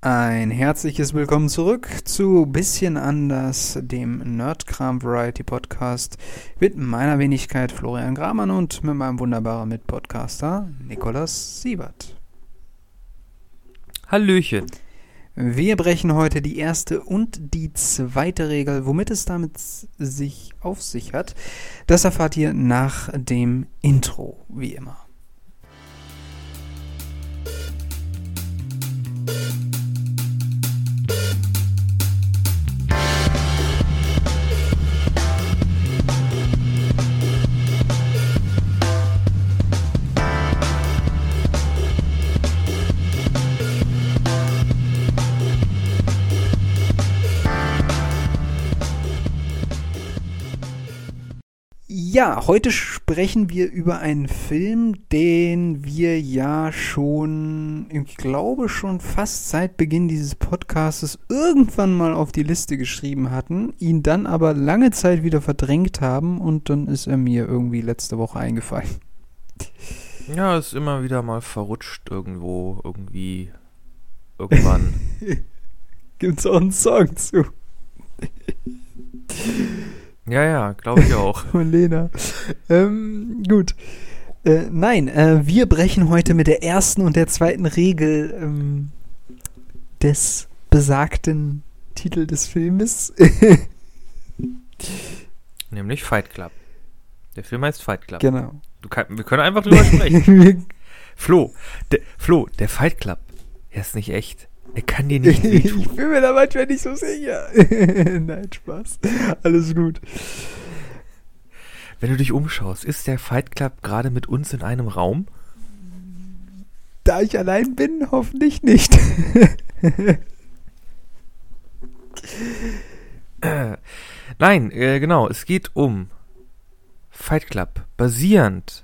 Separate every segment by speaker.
Speaker 1: Ein herzliches Willkommen zurück zu Bisschen anders, dem Nerdkram Variety Podcast mit meiner Wenigkeit Florian Gramann und mit meinem wunderbaren Mitpodcaster Nikolaus Siebert.
Speaker 2: Hallöchen.
Speaker 1: Wir brechen heute die erste und die zweite Regel, womit es damit sich auf sich hat. Das erfahrt ihr nach dem Intro, wie immer. Ja, heute sprechen wir über einen Film, den wir ja schon, ich glaube schon fast seit Beginn dieses Podcastes irgendwann mal auf die Liste geschrieben hatten, ihn dann aber lange Zeit wieder verdrängt haben und dann ist er mir irgendwie letzte Woche eingefallen.
Speaker 2: Ja, ist immer wieder mal verrutscht irgendwo, irgendwie, irgendwann.
Speaker 1: Gibt's auch einen Song zu.
Speaker 2: Ja, glaube ich auch.
Speaker 1: Und Lena. Gut. Wir brechen heute mit der ersten und der zweiten Regel des besagten Titel des Filmes.
Speaker 2: Nämlich Fight Club. Der Film heißt Fight Club.
Speaker 1: Genau.
Speaker 2: Wir können einfach drüber sprechen. Flo, der Fight Club, er ist nicht echt. Er kann dir nicht wehtun.
Speaker 1: Ich bin mir da manchmal nicht so sicher. Nein, Spaß. Alles gut.
Speaker 2: Wenn du dich umschaust, ist der Fight Club gerade mit uns in einem Raum?
Speaker 1: Da ich allein bin, hoffentlich nicht.
Speaker 2: Nein, genau, es geht um Fight Club, basierend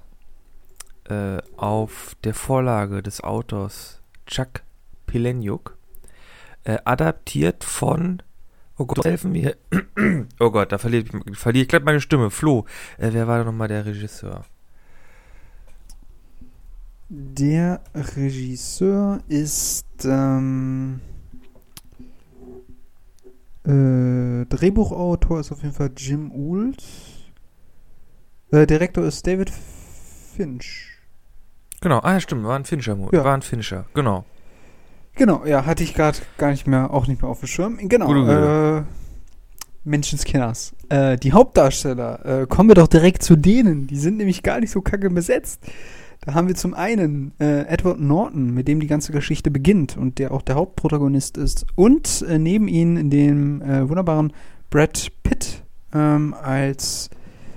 Speaker 2: auf der Vorlage des Autors Chuck Palahniuk, adaptiert von, oh Gott, helfen mir, oh Gott, da verliere ich gleich meine Stimme. Flo, wer war da nochmal der Regisseur?
Speaker 1: Der Regisseur ist Drehbuchautor ist auf jeden Fall Jim Uhls. Direktor ist David Finch.
Speaker 2: Genau, stimmt, war ein Fincher, genau.
Speaker 1: Genau, ja, hatte ich gerade nicht mehr auf dem Schirm. Genau, Menschenskinders. Die Hauptdarsteller, kommen wir doch direkt zu denen. Die sind nämlich gar nicht so kacke besetzt. Da haben wir zum einen Edward Norton, mit dem die ganze Geschichte beginnt und der auch der Hauptprotagonist ist. Und neben ihm den wunderbaren Brad Pitt als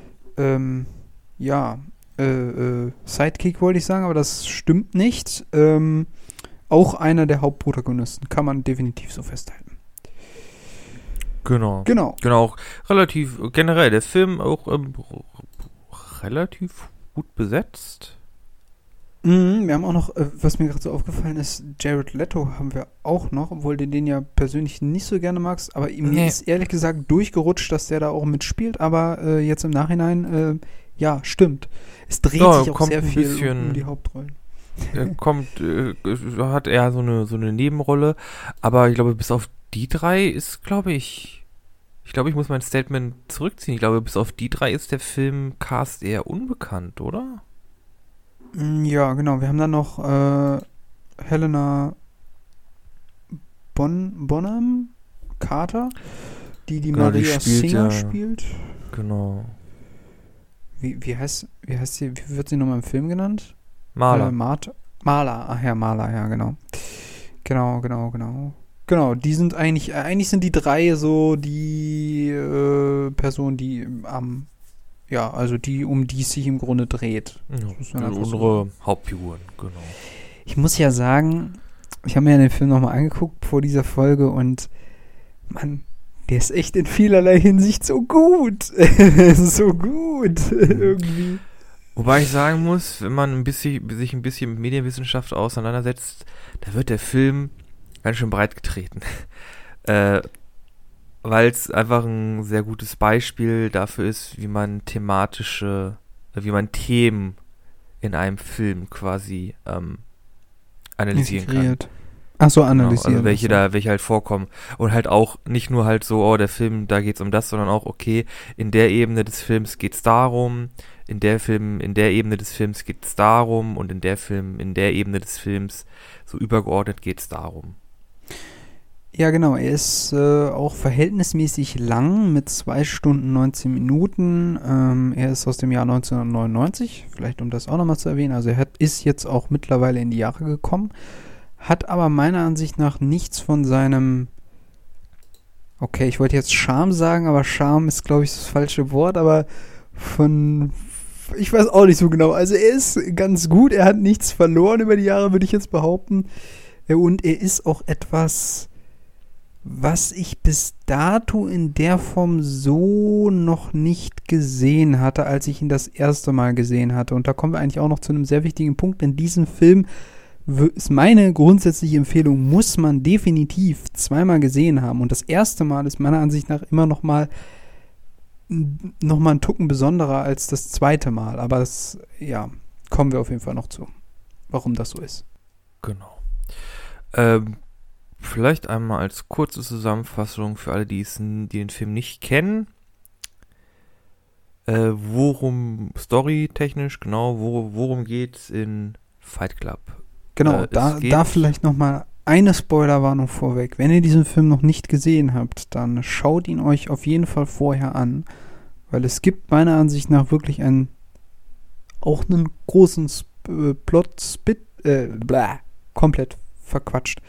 Speaker 1: Sidekick wollte ich sagen, aber das stimmt nicht. Auch einer der Hauptprotagonisten, kann man definitiv so festhalten.
Speaker 2: Genau, relativ, generell, der Film auch relativ gut besetzt.
Speaker 1: Wir haben auch noch, was mir gerade so aufgefallen ist, Jared Leto haben wir auch noch, obwohl du den ja persönlich nicht so gerne magst, aber mir ist ehrlich gesagt durchgerutscht, dass der da auch mitspielt, aber jetzt im Nachhinein, ja, stimmt. Es dreht sich auch sehr viel um die Hauptrollen.
Speaker 2: Hat eher so eine Nebenrolle, aber ich glaube, bis auf die drei ist, ich muss mein Statement zurückziehen. Ich glaube, bis auf die drei ist der Filmcast eher unbekannt, oder?
Speaker 1: Ja, genau. Wir haben dann noch Helena Bonham Carter, die genau, Maria Singer spielt.
Speaker 2: Genau.
Speaker 1: Wie wird sie nochmal im Film genannt?
Speaker 2: Marla.
Speaker 1: Marla, ach ja, Marla, ja, genau. Genau, die sind eigentlich sind die drei so die Personen, die um die es sich im Grunde dreht.
Speaker 2: Ja, unsere Hauptfiguren, genau.
Speaker 1: Ich muss ja sagen, ich habe mir ja den Film nochmal angeguckt vor dieser Folge und Mann, der ist echt in vielerlei Hinsicht so gut. So gut, irgendwie.
Speaker 2: Wobei ich sagen muss, wenn man sich ein bisschen mit Medienwissenschaft auseinandersetzt, da wird der Film ganz schön breit getreten. Weil es einfach ein sehr gutes Beispiel dafür ist, wie man Themen in einem Film quasi analysieren kann.
Speaker 1: Ach so,
Speaker 2: Genau,
Speaker 1: analysieren.
Speaker 2: also welche halt vorkommen. Und halt auch nicht nur halt so, oh, der Film, da geht's um das, sondern auch, okay, in der Ebene des Films geht's darum, in der Ebene des Films geht's darum und in der Ebene des Films, so übergeordnet geht's darum.
Speaker 1: Ja, genau. Er ist auch verhältnismäßig lang mit 2 Stunden 19 Minuten. Er ist aus dem Jahr 1999, vielleicht um das auch nochmal zu erwähnen. Also ist jetzt auch mittlerweile in die Jahre gekommen, hat aber meiner Ansicht nach nichts von seinem, okay, ich wollte jetzt Charme sagen, aber Charme ist, glaube ich, das falsche Wort, aber ich weiß auch nicht so genau. Also er ist ganz gut, er hat nichts verloren über die Jahre, würde ich jetzt behaupten. Und er ist auch etwas, was ich bis dato in der Form so noch nicht gesehen hatte, als ich ihn das erste Mal gesehen hatte. Und da kommen wir eigentlich auch noch zu einem sehr wichtigen Punkt. In diesem Film ist meine grundsätzliche Empfehlung, muss man definitiv zweimal gesehen haben. Und das erste Mal ist meiner Ansicht nach immer noch mal ein Tucken besonderer als das zweite Mal. Aber das, ja, kommen wir auf jeden Fall noch zu, warum das so ist.
Speaker 2: Genau. Vielleicht einmal als kurze Zusammenfassung für alle, die den Film nicht kennen. Worum storytechnisch, genau, worum geht's in Fight Club?
Speaker 1: Genau, da vielleicht nochmal eine Spoilerwarnung vorweg. Wenn ihr diesen Film noch nicht gesehen habt, dann schaut ihn euch auf jeden Fall vorher an, weil es gibt meiner Ansicht nach wirklich auch einen großen komplett verquatscht.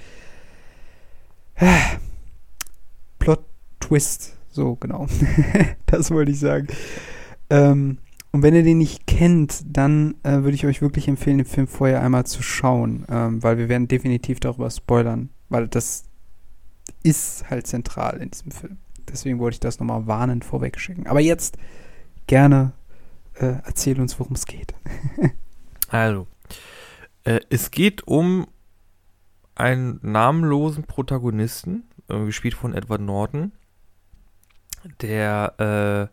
Speaker 1: Plot-Twist, so genau. Das wollte ich sagen. Und wenn ihr den nicht kennt, dann würde ich euch wirklich empfehlen, den Film vorher einmal zu schauen, weil wir werden definitiv darüber spoilern, weil das ist halt zentral in diesem Film. Deswegen wollte ich das nochmal warnend vorweg schicken. Aber jetzt gerne erzähl uns, worum es geht.
Speaker 2: Also, es geht um einen namenlosen Protagonisten, gespielt von Edward Norton, der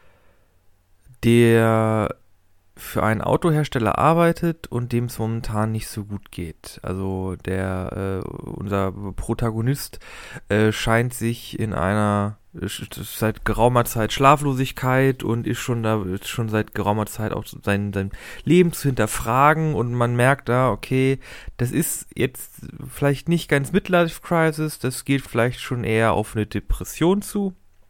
Speaker 2: für einen Autohersteller arbeitet und dem es momentan nicht so gut geht. Also unser Protagonist scheint sich in einer seit geraumer Zeit Schlaflosigkeit und ist schon seit geraumer Zeit auch sein Leben zu hinterfragen, und man merkt da, okay, das ist jetzt vielleicht nicht ganz Midlife Crisis, das geht vielleicht schon eher auf eine Depression zu.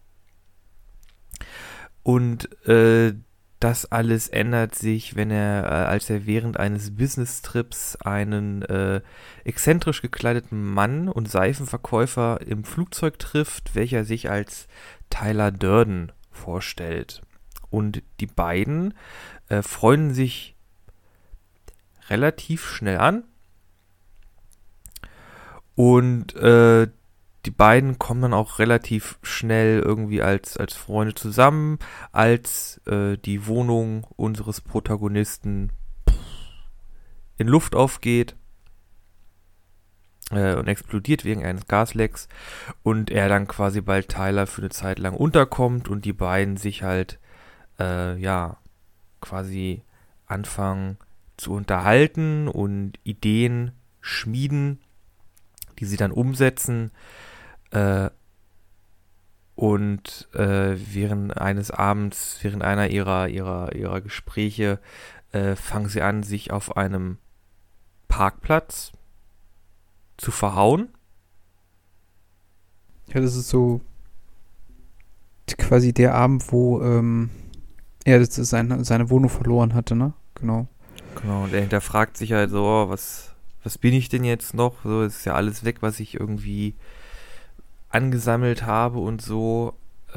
Speaker 2: Und das alles ändert sich, wenn als er während eines Business-Trips einen exzentrisch gekleideten Mann und Seifenverkäufer im Flugzeug trifft, welcher sich als Tyler Durden vorstellt. Und die beiden freunden sich relativ schnell an. Und die beiden kommen dann auch relativ schnell irgendwie als Freunde zusammen, als die Wohnung unseres Protagonisten in Luft aufgeht und explodiert wegen eines Gaslecks und er dann quasi bei Tyler für eine Zeit lang unterkommt und die beiden sich halt quasi anfangen zu unterhalten und Ideen schmieden, die sie dann umsetzen. Während eines Abends, während einer ihrer Gespräche, fangen sie an, sich auf einem Parkplatz zu verhauen.
Speaker 1: Ja, das ist so quasi der Abend, wo er seine Wohnung verloren hatte, ne? Genau.
Speaker 2: Genau, und er hinterfragt sich halt so, oh, was bin ich denn jetzt noch? So, es ist ja alles weg, was ich irgendwie angesammelt habe und so,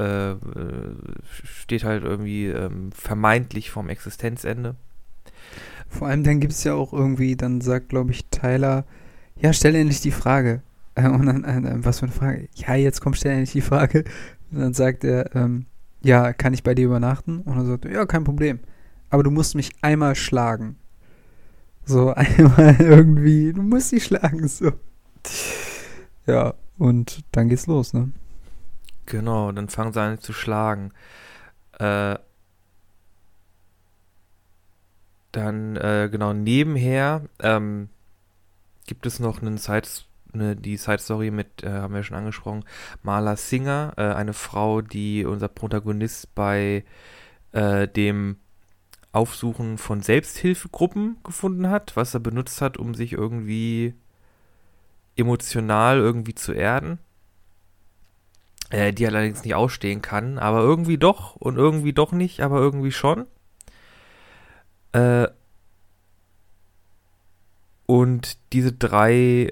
Speaker 2: steht halt irgendwie vermeintlich vorm Existenzende.
Speaker 1: Vor allem dann gibt es ja auch irgendwie, dann sagt, glaube ich, Tyler, ja, stell endlich die Frage. Und dann, was für eine Frage? Ja, jetzt kommt, stell endlich die Frage. Und dann sagt er, ja, kann ich bei dir übernachten? Und dann sagt er, ja, kein Problem. Aber du musst mich einmal schlagen. So, einmal irgendwie, du musst sie schlagen, so. Ja, und dann geht's los, ne?
Speaker 2: Genau, dann fangen sie an zu schlagen. Dann, genau, nebenher gibt es noch einen die Side-Story mit, haben wir schon angesprochen, Marla Singer, eine Frau, die unser Protagonist bei dem Aufsuchen von Selbsthilfegruppen gefunden hat, was er benutzt hat, um sich irgendwie emotional irgendwie zu erden. Die allerdings nicht ausstehen kann, aber irgendwie doch und irgendwie doch nicht, aber irgendwie schon. Und diese drei,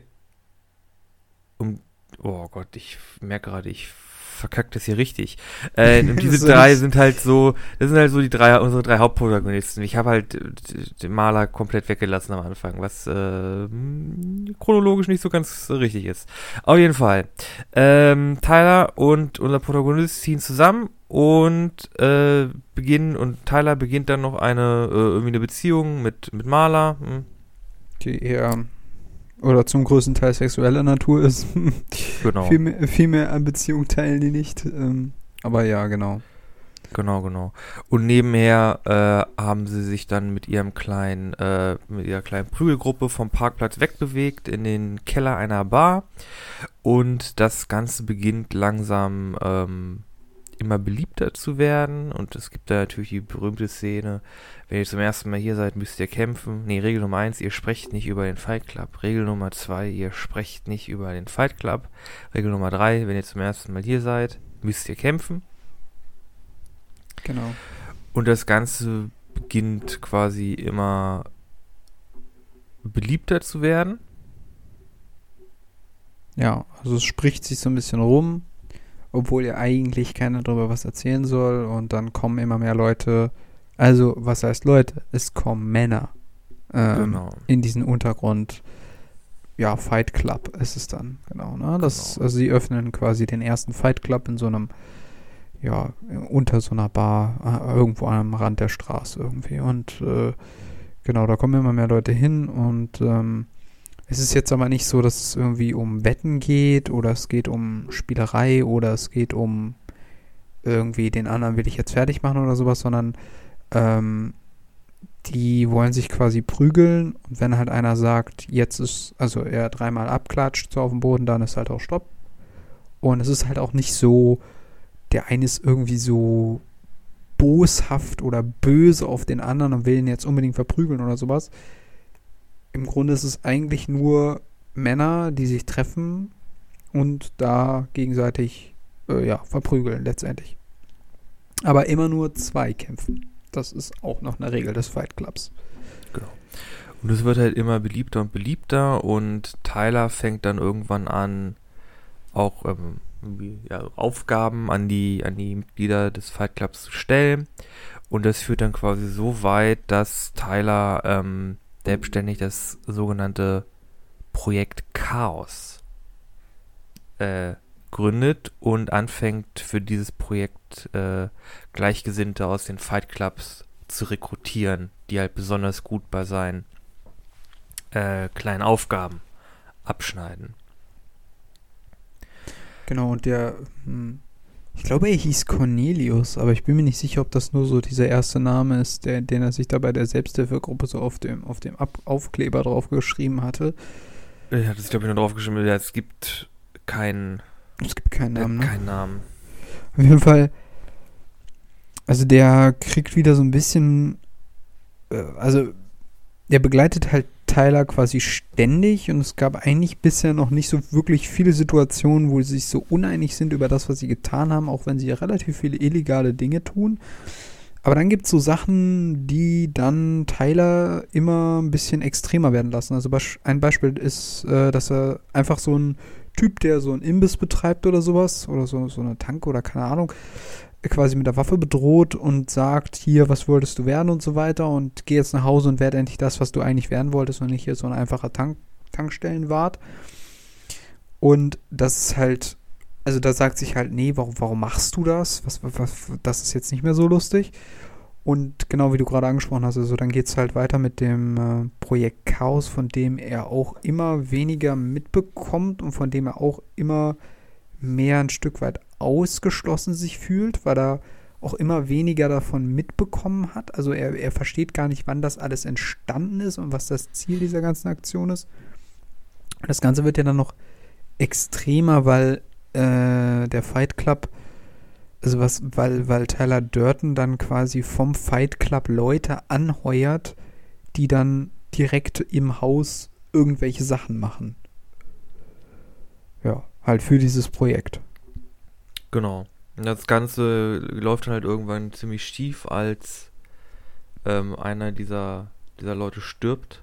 Speaker 2: oh Gott, ich merke gerade, ich verkackt das hier richtig. Und diese drei sind halt so, das sind halt so unsere drei Hauptprotagonisten. Ich habe halt den Maler komplett weggelassen am Anfang, was chronologisch nicht so ganz richtig ist. Auf jeden Fall. Tyler und unser Protagonist ziehen zusammen und Tyler beginnt dann noch irgendwie eine Beziehung mit Marla.
Speaker 1: Die eher oder zum größten Teil sexueller Natur ist.
Speaker 2: Genau.
Speaker 1: Viel mehr an Beziehungen teilen die nicht. Aber ja, genau.
Speaker 2: Genau. Und nebenher haben sie sich dann mit ihrer kleinen Prügelgruppe vom Parkplatz wegbewegt in den Keller einer Bar. Und das Ganze beginnt langsam immer beliebter zu werden. Und es gibt da natürlich die berühmte Szene: Wenn ihr zum ersten Mal hier seid, müsst ihr kämpfen. Nee, Regel Nummer 1, ihr sprecht nicht über den Fight Club. Regel Nummer 2, ihr sprecht nicht über den Fight Club. Regel Nummer 3, wenn ihr zum ersten Mal hier seid, müsst ihr kämpfen.
Speaker 1: Genau.
Speaker 2: Und das Ganze beginnt quasi immer beliebter zu werden.
Speaker 1: Ja, also es spricht sich so ein bisschen rum, obwohl ja eigentlich keiner darüber was erzählen soll. Und dann kommen immer mehr Leute. Also, was heißt Leute? Es kommen Männer
Speaker 2: Genau.
Speaker 1: in diesen Untergrund. Ja, Fight Club ist es dann, genau. Ne? Also sie öffnen quasi den ersten Fight Club in so einem, ja, unter so einer Bar, irgendwo am Rand der Straße irgendwie. Und genau, da kommen immer mehr Leute hin und es ist jetzt aber nicht so, dass es irgendwie um Wetten geht oder es geht um Spielerei oder es geht um irgendwie den anderen will ich jetzt fertig machen oder sowas, sondern die wollen sich quasi prügeln und wenn halt einer sagt, jetzt ist, also er dreimal abklatscht so auf dem Boden, dann ist halt auch Stopp. Und es ist halt auch nicht so, der eine ist irgendwie so boshaft oder böse auf den anderen und will ihn jetzt unbedingt verprügeln oder sowas. Im Grunde ist es eigentlich nur Männer, die sich treffen und da gegenseitig verprügeln letztendlich. Aber immer nur zwei kämpfen. Das ist auch noch eine Regel des Fight Clubs.
Speaker 2: Genau. Und es wird halt immer beliebter und beliebter und Tyler fängt dann irgendwann an, auch Aufgaben an die Mitglieder des Fight Clubs zu stellen. Und das führt dann quasi so weit, dass Tyler selbstständig das sogenannte Projekt Chaos gründet und anfängt für dieses Projekt Gleichgesinnte aus den Fight Clubs zu rekrutieren, die halt besonders gut bei seinen kleinen Aufgaben abschneiden.
Speaker 1: Genau, und ich glaube, er hieß Cornelius, aber ich bin mir nicht sicher, ob das nur so dieser erste Name ist, den er sich da bei der Selbsthilfegruppe so auf dem Aufkleber drauf geschrieben hatte.
Speaker 2: Er hat es, glaube ich, nur drauf geschrieben, es gibt keinen Namen. Keinen Namen.
Speaker 1: Auf jeden Fall, also der kriegt wieder so ein bisschen, der begleitet halt Tyler quasi ständig und es gab eigentlich bisher noch nicht so wirklich viele Situationen, wo sie sich so uneinig sind über das, was sie getan haben, auch wenn sie relativ viele illegale Dinge tun. Aber dann gibt es so Sachen, die dann Tyler immer ein bisschen extremer werden lassen. Also ein Beispiel ist, dass er einfach so ein Typ, der so einen Imbiss betreibt oder sowas, oder so eine Tanke oder keine Ahnung, quasi mit der Waffe bedroht und sagt, hier, was wolltest du werden und so weiter und geh jetzt nach Hause und werde endlich das, was du eigentlich werden wolltest und nicht hier so ein einfacher Tankstellenwart. Und das ist halt, also da sagt sich halt, nee, warum machst du das? Das ist jetzt nicht mehr so lustig. Und genau wie du gerade angesprochen hast, also dann geht es halt weiter mit dem Projekt Chaos, von dem er auch immer weniger mitbekommt und von dem er auch immer mehr ein Stück weit ausgeschlossen sich fühlt, weil er auch immer weniger davon mitbekommen hat. Also er versteht gar nicht, wann das alles entstanden ist und was das Ziel dieser ganzen Aktion ist. Das Ganze wird ja dann noch extremer, weil der Fight Club, also weil Tyler Durden dann quasi vom Fight Club Leute anheuert, die dann direkt im Haus irgendwelche Sachen machen. Ja, halt für dieses Projekt.
Speaker 2: Genau. Das Ganze läuft dann halt irgendwann ziemlich schief, als einer dieser Leute stirbt.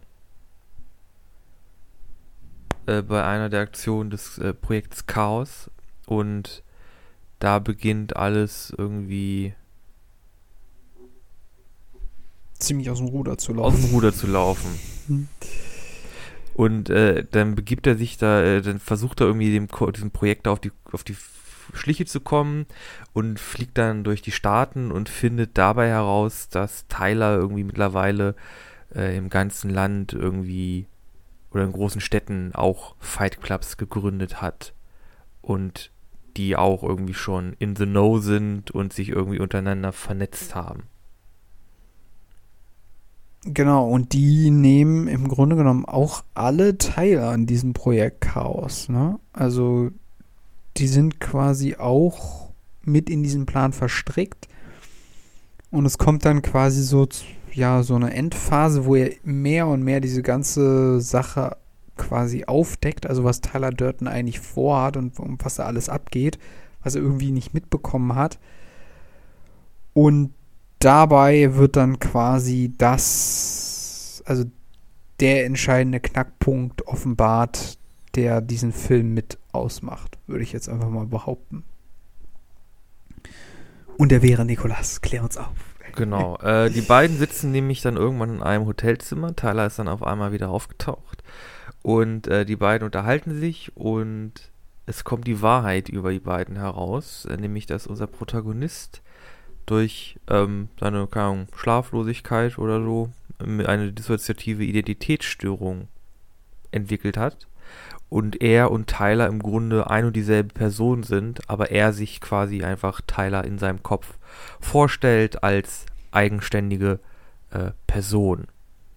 Speaker 2: Bei einer der Aktionen des Projekts Chaos. Und da beginnt alles irgendwie
Speaker 1: ziemlich aus dem Ruder zu laufen.
Speaker 2: Und dann begibt er sich da, dann versucht er irgendwie diesem Projekt auf die Schliche zu kommen und fliegt dann durch die Staaten und findet dabei heraus, dass Tyler irgendwie mittlerweile im ganzen Land irgendwie oder in großen Städten auch Fight Clubs gegründet hat und die auch irgendwie schon in the know sind und sich irgendwie untereinander vernetzt haben.
Speaker 1: Genau, und die nehmen im Grunde genommen auch alle teil an diesem Projekt Chaos, ne? Also die sind quasi auch mit in diesen Plan verstrickt und es kommt dann quasi so eine Endphase, wo er mehr und mehr diese ganze Sache quasi aufdeckt, also was Tyler Durden eigentlich vorhat und um was da alles abgeht, was er irgendwie nicht mitbekommen hat. Und dabei wird dann quasi also der entscheidende Knackpunkt offenbart, der diesen Film mit ausmacht, würde ich jetzt einfach mal behaupten. Und der wäre Nikolas, klär uns auf.
Speaker 2: Genau, die beiden sitzen nämlich dann irgendwann in einem Hotelzimmer, Tyler ist dann auf einmal wieder aufgetaucht und die beiden unterhalten sich und es kommt die Wahrheit über die beiden heraus, nämlich dass unser Protagonist durch seine, keine Ahnung, Schlaflosigkeit oder so eine dissoziative Identitätsstörung entwickelt hat und er und Tyler im Grunde ein und dieselbe Person sind, aber er sich quasi einfach Tyler in seinem Kopf vorstellt als eigenständige Person.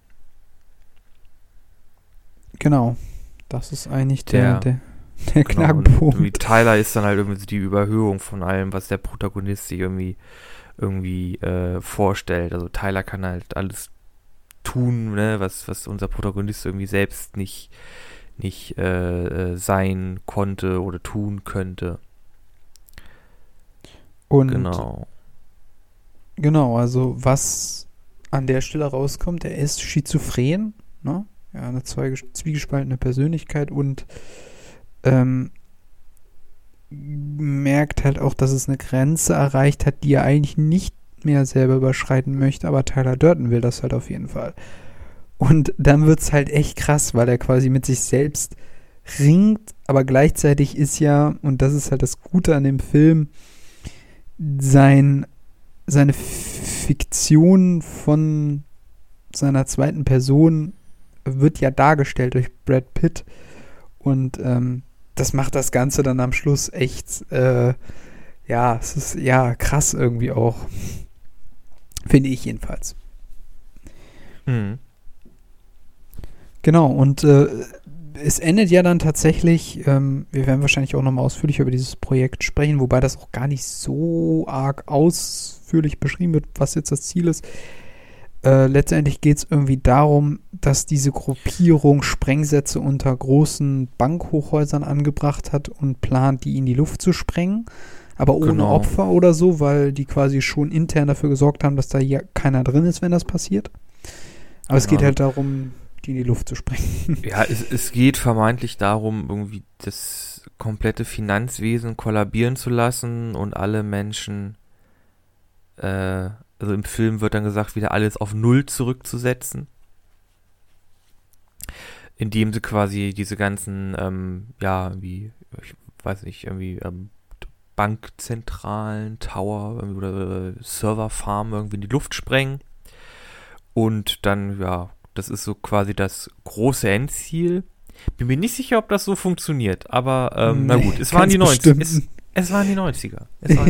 Speaker 1: Genau, das ist eigentlich der
Speaker 2: genau,
Speaker 1: Knackpunkt.
Speaker 2: Und Tyler ist dann halt irgendwie die Überhöhung von allem, was der Protagonist sich irgendwie vorstellt. Also Tyler kann halt alles tun, ne, was unser Protagonist irgendwie selbst nicht sein konnte oder tun könnte.
Speaker 1: Und genau, also was an der Stelle rauskommt, er ist schizophren, ne? Ja, eine zwiegespaltene Persönlichkeit und merkt halt auch, dass es eine Grenze erreicht hat, die er eigentlich nicht mehr selber überschreiten möchte, aber Tyler Durden will das halt auf jeden Fall. Und dann wird es halt echt krass, weil er quasi mit sich selbst ringt, aber gleichzeitig ist ja, und das ist halt das Gute an dem Film, seine Fiktion von seiner zweiten Person wird ja dargestellt durch Brad Pitt und das macht das Ganze dann am Schluss echt, es ist ja krass irgendwie auch. Finde ich jedenfalls.
Speaker 2: Mhm.
Speaker 1: Genau, und es endet ja dann tatsächlich, wir werden wahrscheinlich auch nochmal ausführlich über dieses Projekt sprechen, wobei das auch gar nicht so arg ausführlich beschrieben wird, was jetzt das Ziel ist. Letztendlich geht es irgendwie darum, dass diese Gruppierung Sprengsätze unter großen Bankhochhäusern angebracht hat und plant, die in die Luft zu sprengen. Aber ohne Opfer oder so, weil die quasi schon intern dafür gesorgt haben, dass da hier keiner drin ist, wenn das passiert. Aber es geht halt darum, die in die Luft zu sprengen.
Speaker 2: Ja, es geht vermeintlich darum, irgendwie das komplette Finanzwesen kollabieren zu lassen und alle Menschen, also im Film wird dann gesagt, wieder alles auf Null zurückzusetzen. Indem sie quasi diese ganzen, ich weiß nicht, irgendwie Bankzentralen, Tower oder Serverfarmen irgendwie in die Luft sprengen. Und dann, ja, das ist so quasi das große Endziel. Bin mir nicht sicher, ob das so funktioniert, aber na gut, es waren die 90er. Es waren die 90er.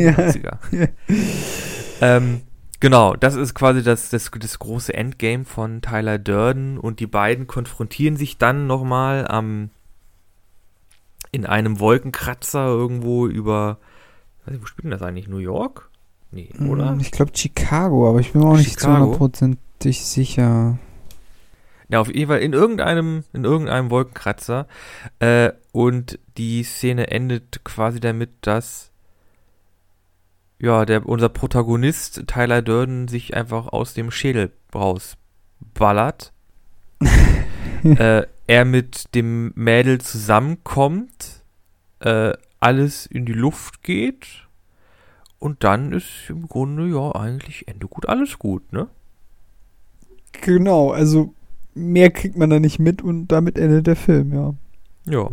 Speaker 2: Genau, das ist quasi das große Endgame von Tyler Durden und die beiden konfrontieren sich dann nochmal in einem Wolkenkratzer irgendwo über, weiß ich, wo spielt denn das eigentlich? New York? Nee, oder?
Speaker 1: Ich glaube Chicago, aber ich bin mir auch nicht zu 100% sicher.
Speaker 2: Ja, auf jeden Fall in irgendeinem Wolkenkratzer. Und die Szene endet quasi damit, dass unser Protagonist Tyler Durden sich einfach aus dem Schädel rausballert. Er mit dem Mädel zusammenkommt, alles in die Luft geht und dann ist im Grunde eigentlich Ende gut, alles gut, ne?
Speaker 1: Genau, also mehr kriegt man da nicht mit und damit endet der Film, ja.
Speaker 2: Ja.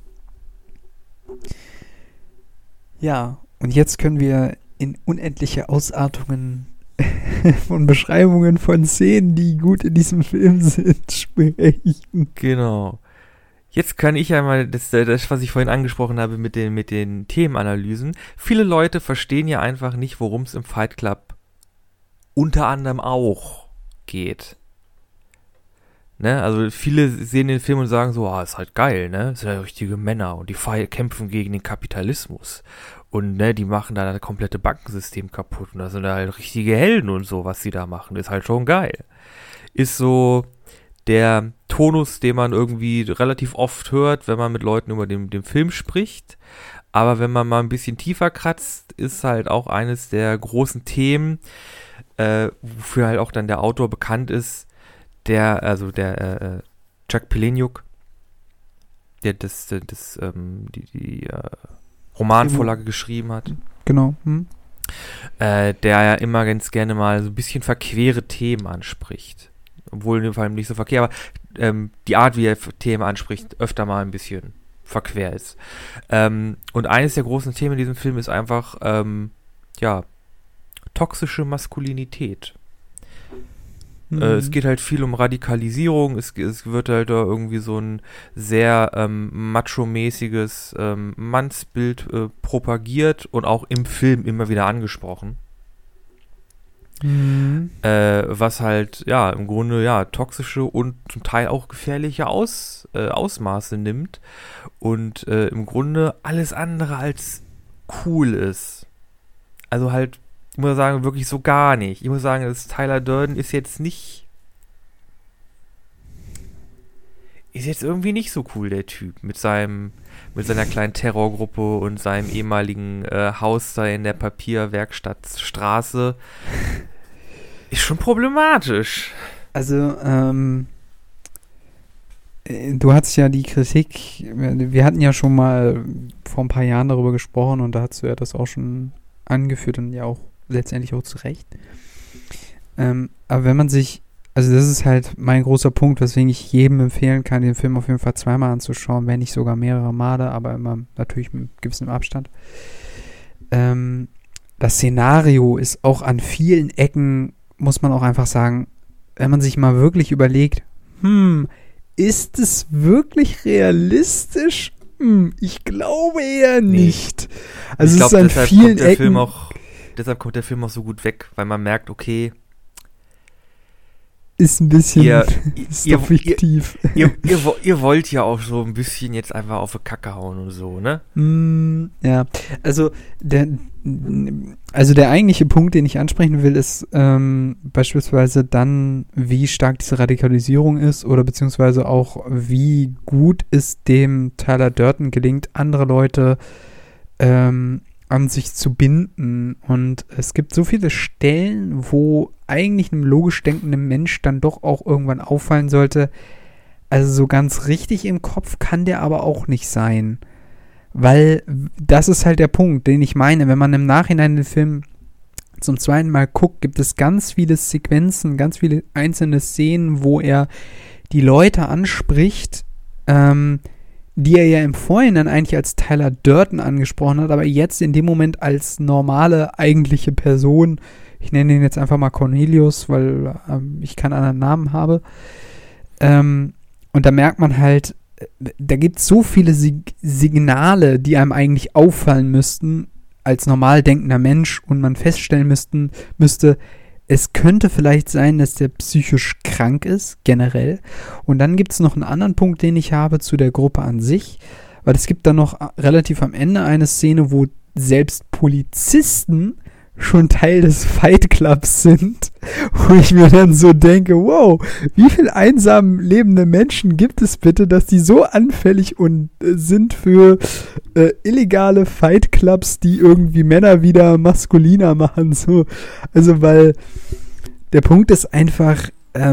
Speaker 1: Ja, und jetzt können wir in unendliche Ausartungen von Beschreibungen von Szenen, die gut in diesem Film sind, sprechen.
Speaker 2: Genau. Jetzt kann ich einmal das, was ich vorhin angesprochen habe mit den Themenanalysen. Viele Leute verstehen ja einfach nicht, worum es im Fight Club unter anderem auch geht. Ne? Also viele sehen den Film und sagen so, ist halt geil, ne? Das sind ja richtige Männer und die kämpfen gegen den Kapitalismus. Und ne, die machen da das komplette Bankensystem kaputt. Und das sind da halt richtige Helden und so, was sie da machen. Ist halt schon geil. Ist so der Tonus, den man irgendwie relativ oft hört, wenn man mit Leuten über den Film spricht. Aber wenn man mal ein bisschen tiefer kratzt, ist halt auch eines der großen Themen, wofür halt auch dann der Autor bekannt ist, der Chuck Palahniuk, der die Romanvorlage geschrieben hat.
Speaker 1: Genau.
Speaker 2: Der ja immer ganz gerne mal so ein bisschen verquere Themen anspricht. Obwohl in dem Fall nicht so verkehrt, aber die Art, wie er Themen anspricht, öfter mal ein bisschen verquer ist. Und eines der großen Themen in diesem Film ist einfach, toxische Maskulinität. Es geht halt viel um Radikalisierung, es wird halt da irgendwie so ein sehr macho-mäßiges Mannsbild propagiert und auch im Film immer wieder angesprochen. Was halt, im Grunde, toxische und zum Teil auch gefährliche Ausmaße nimmt und im Grunde alles andere als cool ist. Also halt, ich muss sagen, wirklich so gar nicht. Ich muss sagen, dass Tyler Durden ist jetzt irgendwie nicht so cool, der Typ. Mit seiner kleinen Terrorgruppe und seinem ehemaligen Haus da in der Papierwerkstattstraße. Ist schon problematisch.
Speaker 1: Also, du hattest ja die Kritik, wir hatten ja schon mal vor ein paar Jahren darüber gesprochen und da hast du ja das auch schon angeführt und ja auch letztendlich auch zu Recht. Aber wenn man sich, also das ist halt mein großer Punkt, weswegen ich jedem empfehlen kann, den Film auf jeden Fall zweimal anzuschauen, wenn nicht sogar mehrere Male, aber immer natürlich mit gewissem Abstand. Das Szenario ist auch an vielen Ecken, muss man auch einfach sagen, wenn man sich mal wirklich überlegt, ist es wirklich realistisch? Ich glaube eher nicht. Also es ist an vielen Ecken.
Speaker 2: Deshalb kommt der Film auch so gut weg, weil man merkt, okay,
Speaker 1: ist ein bisschen ist doch fiktiv.
Speaker 2: Ihr wollt ja auch so ein bisschen jetzt einfach auf die Kacke hauen und so, ne?
Speaker 1: Ja, also der eigentliche Punkt, den ich ansprechen will, ist beispielsweise dann, wie stark diese Radikalisierung ist oder beziehungsweise auch, wie gut es dem Tyler Durden gelingt, andere Leute an sich zu binden. Und es gibt so viele Stellen, wo eigentlich einem logisch denkenden Mensch dann doch auch irgendwann auffallen sollte, also so ganz richtig im Kopf kann der aber auch nicht sein. Weil das ist halt der Punkt, den ich meine. Wenn man im Nachhinein den Film zum zweiten Mal guckt, gibt es ganz viele Sequenzen, ganz viele einzelne Szenen, wo er die Leute anspricht, die er ja im Vorhinein eigentlich als Tyler Durden angesprochen hat, aber jetzt in dem Moment als normale, eigentliche Person, ich nenne ihn jetzt einfach mal Cornelius, weil ich keinen anderen Namen habe, und da merkt man halt, da gibt es so viele Signale, die einem eigentlich auffallen müssten, als normal denkender Mensch, und man feststellen müsste, es könnte vielleicht sein, dass der psychisch krank ist, generell. Und dann gibt es noch einen anderen Punkt, den ich habe zu der Gruppe an sich, weil es gibt dann noch relativ am Ende eine Szene, wo selbst Polizisten schon Teil des Fight Clubs sind, wo ich mir dann so denke, wow, wie viel einsam lebende Menschen gibt es bitte, dass die so anfällig sind für illegale Fight Clubs, die irgendwie Männer wieder maskuliner machen, so. Also, weil der Punkt ist einfach,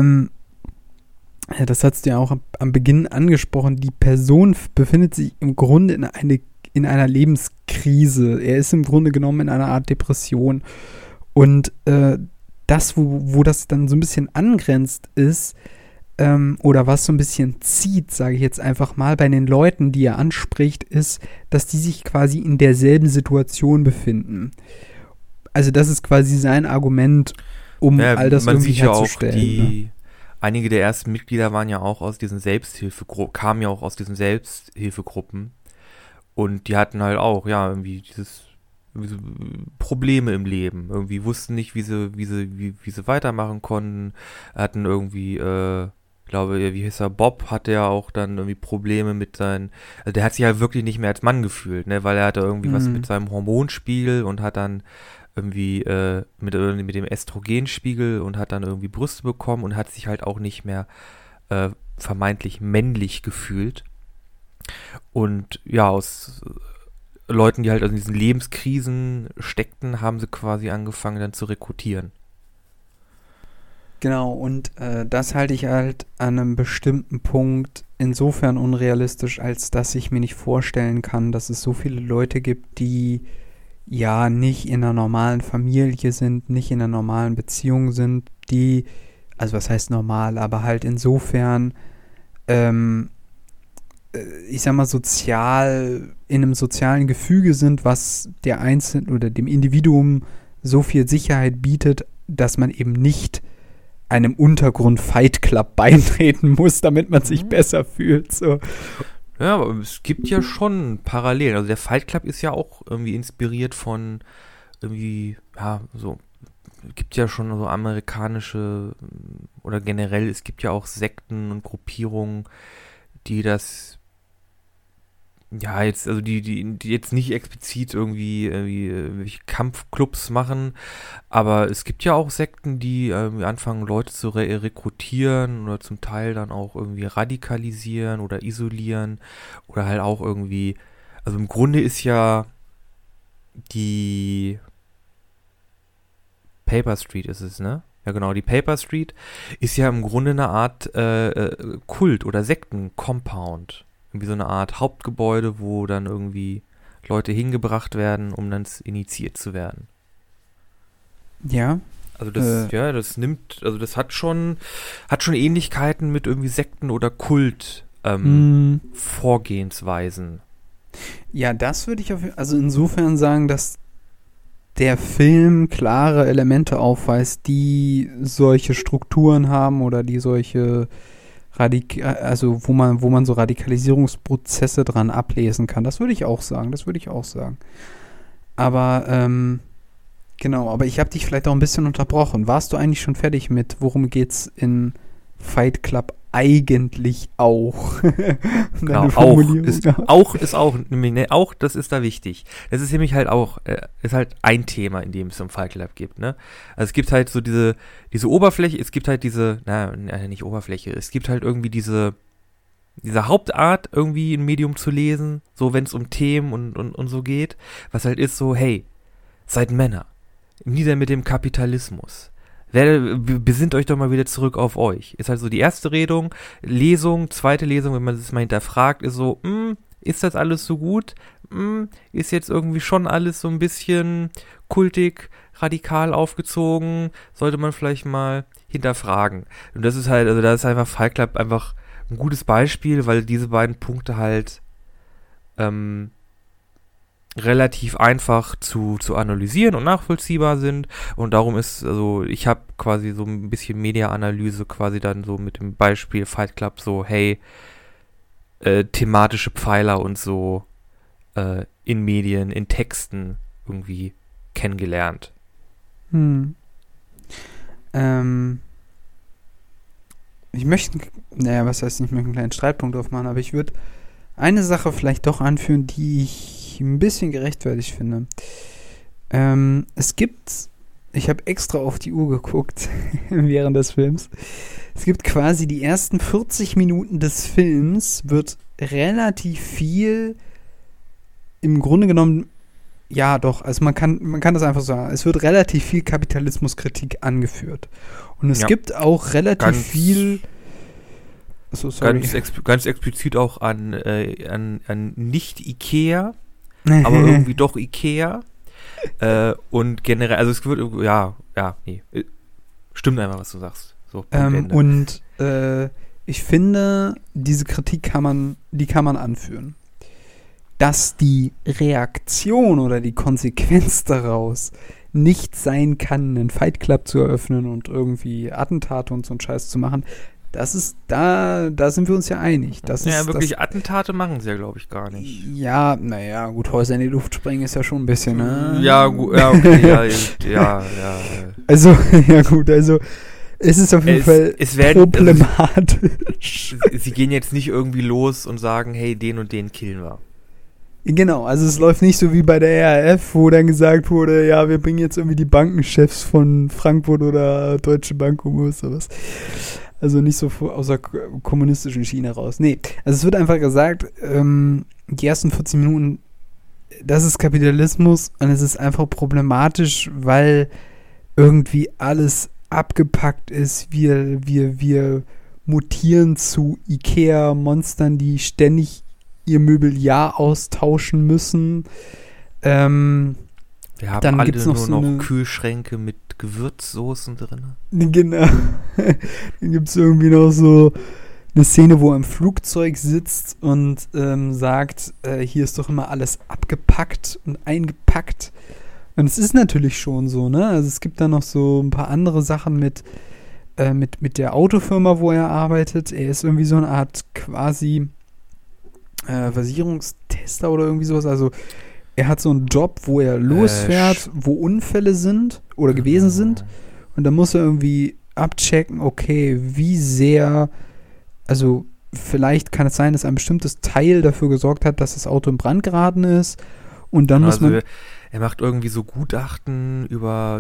Speaker 1: das hast du ja auch am Beginn angesprochen, die Person befindet sich im Grunde in einer Lebenskrise. Er ist im Grunde genommen in einer Art Depression. Und das, wo das dann so ein bisschen angrenzt ist, oder was so ein bisschen zieht, sage ich jetzt einfach mal, bei den Leuten, die er anspricht, ist, dass die sich quasi in derselben Situation befinden. Also das ist quasi sein Argument, um all das irgendwie herzustellen.
Speaker 2: Man sieht ja auch, einige der ersten Mitglieder waren ja auch aus diesen kamen ja auch aus diesen Selbsthilfegruppen. Und die hatten halt auch, ja, irgendwie diese Probleme im Leben. Irgendwie wussten nicht, wie sie weitermachen konnten. Hatten irgendwie, ich glaube, wie hieß er, Bob hatte ja auch dann irgendwie Probleme mit also der hat sich halt wirklich nicht mehr als Mann gefühlt, ne, weil er hatte irgendwie was mit seinem Hormonspiegel und hat dann irgendwie mit dem Östrogenspiegel und hat dann irgendwie Brüste bekommen und hat sich halt auch nicht mehr vermeintlich männlich gefühlt. Und ja, aus Leuten, die halt in diesen Lebenskrisen steckten, haben sie quasi angefangen dann zu rekrutieren.
Speaker 1: Genau, und das halte ich halt an einem bestimmten Punkt insofern unrealistisch, als dass ich mir nicht vorstellen kann, dass es so viele Leute gibt, die ja nicht in einer normalen Familie sind, nicht in einer normalen Beziehung sind, die, also was heißt normal, aber halt insofern ich sag mal, in einem sozialen Gefüge sind, was der Einzelnen oder dem Individuum so viel Sicherheit bietet, dass man eben nicht einem Untergrund-Fight Club beitreten muss, damit man sich besser fühlt. So.
Speaker 2: Ja, aber es gibt ja schon Parallelen. Also der Fight Club ist ja auch irgendwie inspiriert von irgendwie, ja, so, es gibt ja schon so amerikanische oder generell, es gibt ja auch Sekten und Gruppierungen, die das ja, jetzt, also die jetzt nicht explizit irgendwie Kampfclubs machen, aber es gibt ja auch Sekten, die irgendwie anfangen, Leute zu rekrutieren oder zum Teil dann auch irgendwie radikalisieren oder isolieren oder halt auch irgendwie, also im Grunde ist ja die Paper Street ist es, ne? Ja genau, die Paper Street ist ja im Grunde eine Art Kult- oder Sekten-Compound. Irgendwie so eine Art Hauptgebäude, wo dann irgendwie Leute hingebracht werden, um dann initiiert zu werden.
Speaker 1: Ja.
Speaker 2: Also das nimmt, also das hat schon Ähnlichkeiten mit irgendwie Sekten oder Kult Vorgehensweisen.
Speaker 1: Ja, das würde ich also insofern sagen, dass der Film klare Elemente aufweist, die solche Strukturen haben oder die solche also wo man so Radikalisierungsprozesse dran ablesen kann. Das würde ich auch sagen. Aber genau, aber ich habe dich vielleicht auch ein bisschen unterbrochen. Warst du eigentlich schon fertig mit, worum geht's in Fight Club eigentlich auch?
Speaker 2: Genau, auch, das ist da wichtig. Das ist nämlich halt auch, ist halt ein Thema, in dem es um Fight Club gibt, ne? Also es gibt halt so diese Oberfläche, es gibt halt nicht Oberfläche, es gibt halt irgendwie diese Hauptart, irgendwie ein Medium zu lesen, so wenn es um Themen und so geht, was halt ist so, hey, seid Männer, nieder mit dem Kapitalismus. Besinnt euch doch mal wieder zurück auf euch. Ist halt so die erste Lesung, zweite Lesung, wenn man das mal hinterfragt, ist so, ist das alles so gut? Ist jetzt irgendwie schon alles so ein bisschen kultig, radikal aufgezogen? Sollte man vielleicht mal hinterfragen. Und das ist halt, also da ist einfach Fight Club einfach ein gutes Beispiel, weil diese beiden Punkte halt relativ einfach zu analysieren und nachvollziehbar sind und darum ist, also ich habe quasi so ein bisschen Media-Analyse quasi dann so mit dem Beispiel Fight Club so, hey, thematische Pfeiler und so in Medien, in Texten irgendwie kennengelernt.
Speaker 1: Ich möchte einen kleinen Streitpunkt aufmachen, aber ich würde eine Sache vielleicht doch anführen, die ich ein bisschen gerechtfertigt finde. Es gibt, ich habe extra auf die Uhr geguckt während des Films, es gibt quasi die ersten 40 Minuten des Films, wird relativ viel im Grunde genommen, ja doch, also man kann das einfach sagen, es wird relativ viel Kapitalismuskritik angeführt. Und es gibt auch relativ viel... So, sorry.
Speaker 2: Ganz explizit auch an nicht Ikea, aber irgendwie doch Ikea. Und generell, also es wird, nee. Stimmt einfach, was du sagst. So,
Speaker 1: und ich finde, diese Kritik kann man anführen. Dass die Reaktion oder die Konsequenz daraus nicht sein kann, einen Fight Club zu eröffnen und irgendwie Attentate und so einen Scheiß zu machen, das ist, da sind wir uns ja einig.
Speaker 2: Wirklich Attentate machen sie ja, glaube ich, gar nicht.
Speaker 1: Ja, naja, gut, Häuser in die Luft sprengen ist ja schon ein bisschen, ne?
Speaker 2: Ja, gut, ja, okay, ja.
Speaker 1: Also, ja gut, also es ist auf jeden Fall problematisch.
Speaker 2: Sie gehen jetzt nicht irgendwie los und sagen, hey, den und den killen wir.
Speaker 1: Genau, also es läuft nicht so wie bei der RAF, wo dann gesagt wurde, ja, wir bringen jetzt irgendwie die Bankenchefs von Frankfurt oder Deutsche Bank oder sowas. Also nicht so aus der kommunistischen Schiene raus. Nee, also es wird einfach gesagt, die ersten 14 Minuten, das ist Kapitalismus und es ist einfach problematisch, weil irgendwie alles abgepackt ist. Wir mutieren zu Ikea-Monstern, die ständig ihr Mobiliar austauschen müssen.
Speaker 2: Wir haben
Speaker 1: dann
Speaker 2: alle
Speaker 1: gibt's noch
Speaker 2: nur
Speaker 1: so
Speaker 2: noch Kühlschränke mit Gewürzsoßen drin.
Speaker 1: Genau. Dann gibt es irgendwie noch so eine Szene, wo er im Flugzeug sitzt und sagt, hier ist doch immer alles abgepackt und eingepackt. Und es ist natürlich schon so, ne? Also es gibt da noch so ein paar andere Sachen mit der Autofirma, wo er arbeitet. Er ist irgendwie so eine Art quasi Versicherungstester oder irgendwie sowas. Also er hat so einen Job, wo er losfährt, wo Unfälle sind oder gewesen sind. Und dann muss er irgendwie abchecken, okay, wie sehr, also vielleicht kann es sein, dass ein bestimmtes Teil dafür gesorgt hat, dass das Auto in Brand geraten ist. Und dann muss man...
Speaker 2: Er macht irgendwie so Gutachten über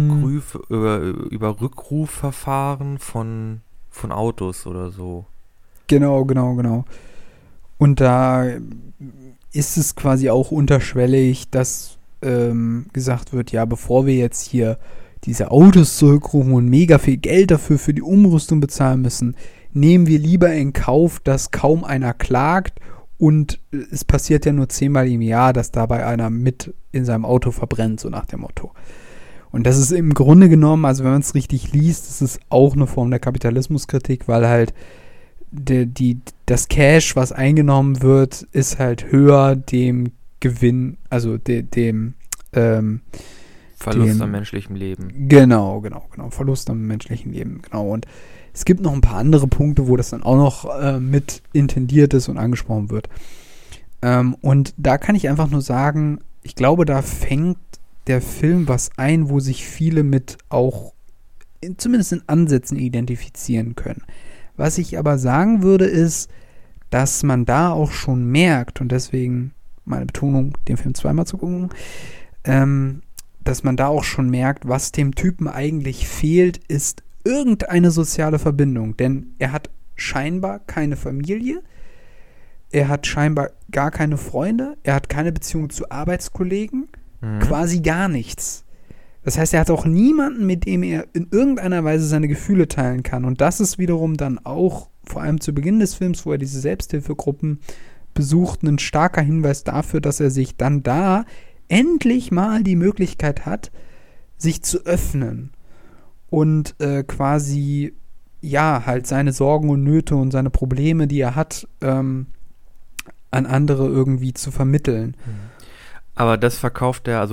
Speaker 2: Rückrufverfahren von Autos oder so.
Speaker 1: Genau. Und da ist es quasi auch unterschwellig, dass gesagt wird, ja, bevor wir jetzt hier diese Autos zurückrufen und mega viel Geld dafür für die Umrüstung bezahlen müssen, nehmen wir lieber in Kauf, dass kaum einer klagt und es passiert ja nur 10-mal im Jahr, dass dabei einer mit in seinem Auto verbrennt, so nach dem Motto. Und das ist im Grunde genommen, also wenn man es richtig liest, das ist auch eine Form der Kapitalismuskritik, weil halt das Cash, was eingenommen wird, ist halt höher dem Gewinn, also dem
Speaker 2: Verlust am menschlichen Leben.
Speaker 1: Genau. Verlust am menschlichen Leben, genau. Und es gibt noch ein paar andere Punkte, wo das dann auch noch mit intendiert ist und angesprochen wird. Und da kann ich einfach nur sagen, ich glaube, da fängt der Film was ein, wo sich viele mit auch zumindest in Ansätzen identifizieren können. Was ich aber sagen würde, ist, dass man da auch schon merkt, und deswegen meine Betonung, den Film zweimal zu gucken, dass man da auch schon merkt, was dem Typen eigentlich fehlt, ist irgendeine soziale Verbindung. Denn er hat scheinbar keine Familie, er hat scheinbar gar keine Freunde, er hat keine Beziehung zu Arbeitskollegen, quasi gar nichts. Das heißt, er hat auch niemanden, mit dem er in irgendeiner Weise seine Gefühle teilen kann. Und das ist wiederum dann auch, vor allem zu Beginn des Films, wo er diese Selbsthilfegruppen besucht, ein starker Hinweis dafür, dass er sich dann da endlich mal die Möglichkeit hat, sich zu öffnen und quasi, ja, halt seine Sorgen und Nöte und seine Probleme, die er hat, an andere irgendwie zu vermitteln.
Speaker 2: Aber das verkauft er,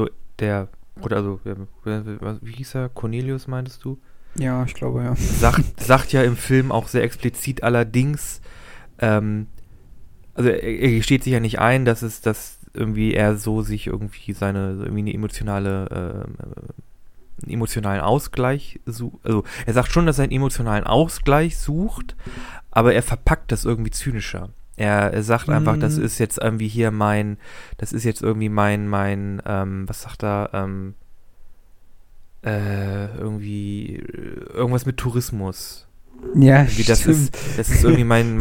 Speaker 2: wie hieß er? Cornelius, meintest du?
Speaker 1: Ja, ich glaube, ja.
Speaker 2: Sagt ja im Film auch sehr explizit allerdings, also er gesteht sich ja nicht ein, dass irgendwie er so sich irgendwie eine emotionalen Ausgleich sucht. Also er sagt schon, dass er einen emotionalen Ausgleich sucht, aber er verpackt das irgendwie zynischer. Er sagt einfach, das ist jetzt irgendwie hier was sagt er, irgendwie irgendwas mit Tourismus.
Speaker 1: Ja,
Speaker 2: das ist irgendwie mein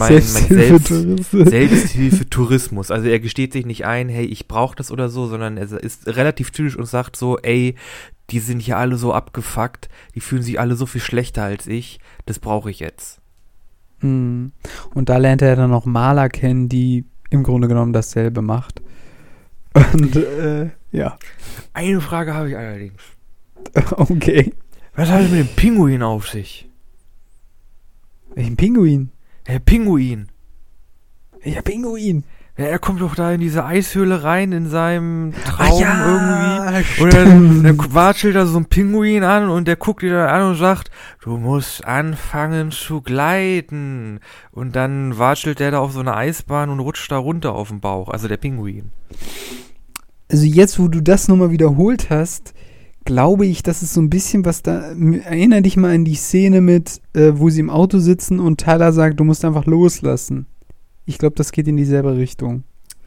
Speaker 2: Selbsthilfe-Tourismus. Also er gesteht sich nicht ein, hey, ich brauche das oder so, sondern er ist relativ zynisch und sagt so, ey, die sind hier alle so abgefuckt, die fühlen sich alle so viel schlechter als ich, das brauche ich jetzt.
Speaker 1: Und da lernt er dann noch Marla kennen, die im Grunde genommen dasselbe macht. Und, ja.
Speaker 2: Eine Frage habe ich allerdings.
Speaker 1: Okay.
Speaker 2: Was hat es mit dem Pinguin auf sich?
Speaker 1: Welchen Pinguin?
Speaker 2: Der Pinguin.
Speaker 1: Welcher Pinguin?
Speaker 2: Ja, er kommt doch da in diese Eishöhle rein, in seinem Traum irgendwie.
Speaker 1: Stimmt.
Speaker 2: Und dann watschelt da so ein Pinguin an und der guckt ihn dann an und sagt, du musst anfangen zu gleiten. Und dann watschelt der da auf so eine Eisbahn und rutscht da runter auf den Bauch. Also der Pinguin.
Speaker 1: Also jetzt, wo du das nochmal wiederholt hast, glaube ich, das ist so ein bisschen was da. Erinner dich mal an die Szene mit, wo sie im Auto sitzen und Tyler sagt, du musst einfach loslassen. Ich glaube, das geht in dieselbe Richtung.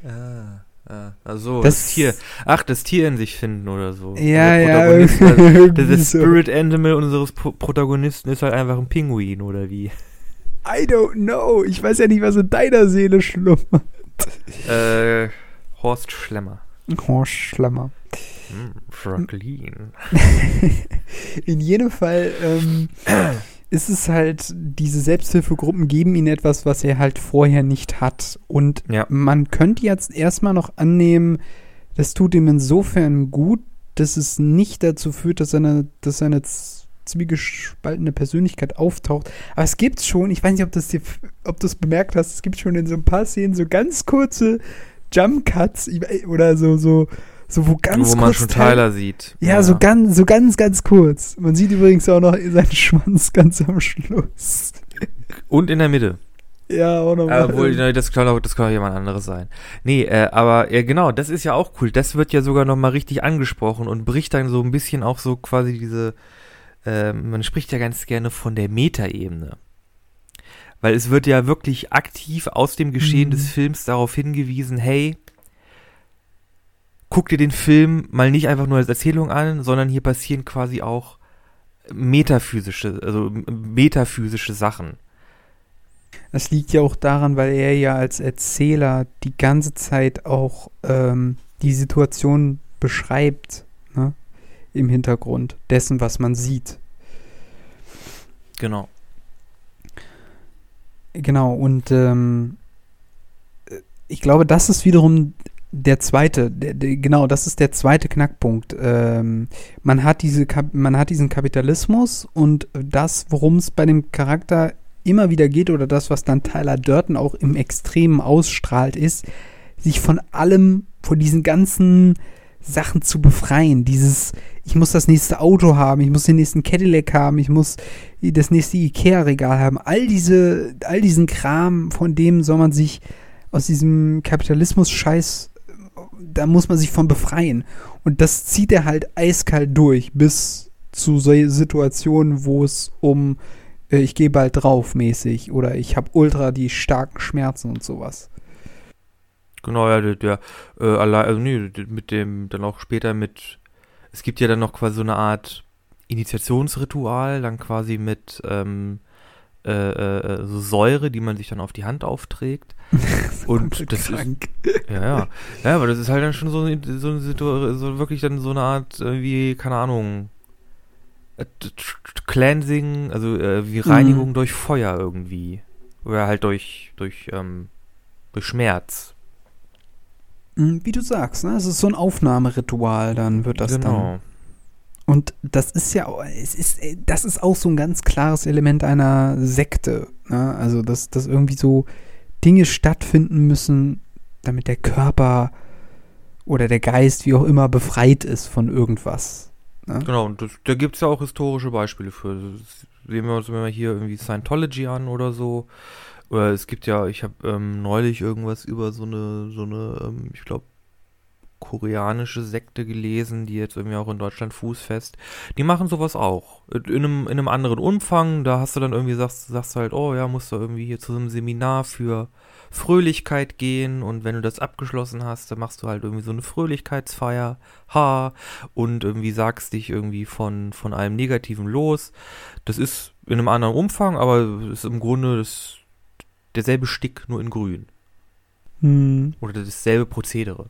Speaker 2: Also das Tier in sich finden oder so.
Speaker 1: Ja,
Speaker 2: das Spirit Animal unseres Protagonisten ist halt einfach ein Pinguin oder wie?
Speaker 1: I don't know. Ich weiß ja nicht, was in deiner Seele schlummert.
Speaker 2: Horst Schlemmer. Jacqueline.
Speaker 1: In jedem Fall ist es halt, diese Selbsthilfegruppen geben ihnen etwas, was er halt vorher nicht hat. Und man könnte jetzt erstmal noch annehmen, das tut ihm insofern gut, dass es nicht dazu führt, dass seine zwiegespaltene Persönlichkeit auftaucht. Aber es gibt schon, ich weiß nicht, ob du es bemerkt hast, es gibt schon in so ein paar Szenen so ganz kurze Jump-Cuts oder so wo
Speaker 2: man schon Tyler sieht.
Speaker 1: Ja, so ganz kurz. Man sieht übrigens auch noch seinen Schwanz ganz am Schluss.
Speaker 2: Und in der Mitte.
Speaker 1: Ja, auch noch mal.
Speaker 2: Obwohl, das kann auch jemand anderes sein. Nee, aber genau, das ist ja auch cool. Das wird ja sogar noch mal richtig angesprochen und bricht dann so ein bisschen auch so quasi diese, man spricht ja ganz gerne von der Metaebene. Weil es wird ja wirklich aktiv aus dem Geschehen des Films darauf hingewiesen, hey, guck dir den Film mal nicht einfach nur als Erzählung an, sondern hier passieren quasi auch metaphysische Sachen.
Speaker 1: Das liegt ja auch daran, weil er ja als Erzähler die ganze Zeit auch die Situation beschreibt, ne? Im Hintergrund dessen, was man sieht.
Speaker 2: Genau.
Speaker 1: Genau, und ich glaube, das ist wiederum das ist der zweite Knackpunkt. Man hat diesen Kapitalismus und das, worum es bei dem Charakter immer wieder geht, oder das, was dann Tyler Durden auch im Extremen ausstrahlt, ist, sich von diesen ganzen Sachen zu befreien. Ich muss das nächste Auto haben, ich muss den nächsten Cadillac haben, ich muss das nächste Ikea-Regal haben. All diesen Kram, von dem soll man sich aus diesem Kapitalismus-Scheiß, da muss man sich von befreien. Und das zieht er halt eiskalt durch, bis zu Situationen, wo es um ich gehe bald drauf mäßig oder ich habe ultra die starken Schmerzen und sowas.
Speaker 2: Genau, ja, mit dem, dann auch später es gibt ja dann noch quasi so eine Art Initiationsritual, dann quasi mit so Säure, die man sich dann auf die Hand aufträgt. Und das krank. Ja, aber das ist halt dann schon so wirklich dann so eine Art wie, keine Ahnung, Cleansing, also wie Reinigung durch Feuer irgendwie. Oder halt durch Schmerz.
Speaker 1: Wie du sagst, ne? Es ist so ein Aufnahmeritual, dann wird das dann. Und das ist ja, das ist auch so ein ganz klares Element einer Sekte, ne? Also, dass irgendwie so Dinge stattfinden müssen, damit der Körper oder der Geist, wie auch immer, befreit ist von irgendwas. Ne?
Speaker 2: Genau, und da gibt es ja auch historische Beispiele für. Das sehen wir uns mal hier irgendwie Scientology an oder so. Oder es gibt ja, ich habe neulich irgendwas über so eine ich glaube, koreanische Sekte gelesen, die jetzt irgendwie auch in Deutschland fußfest. Die machen sowas auch. In einem anderen Umfang. Da hast du dann irgendwie, sagst du halt, oh ja, musst du irgendwie hier zu so einem Seminar für Fröhlichkeit gehen, und wenn du das abgeschlossen hast, dann machst du halt irgendwie so eine Fröhlichkeitsfeier, und irgendwie sagst dich irgendwie von allem Negativen los. Das ist in einem anderen Umfang, aber es ist im Grunde derselbe Stick, nur in grün. Oder dasselbe Prozedere.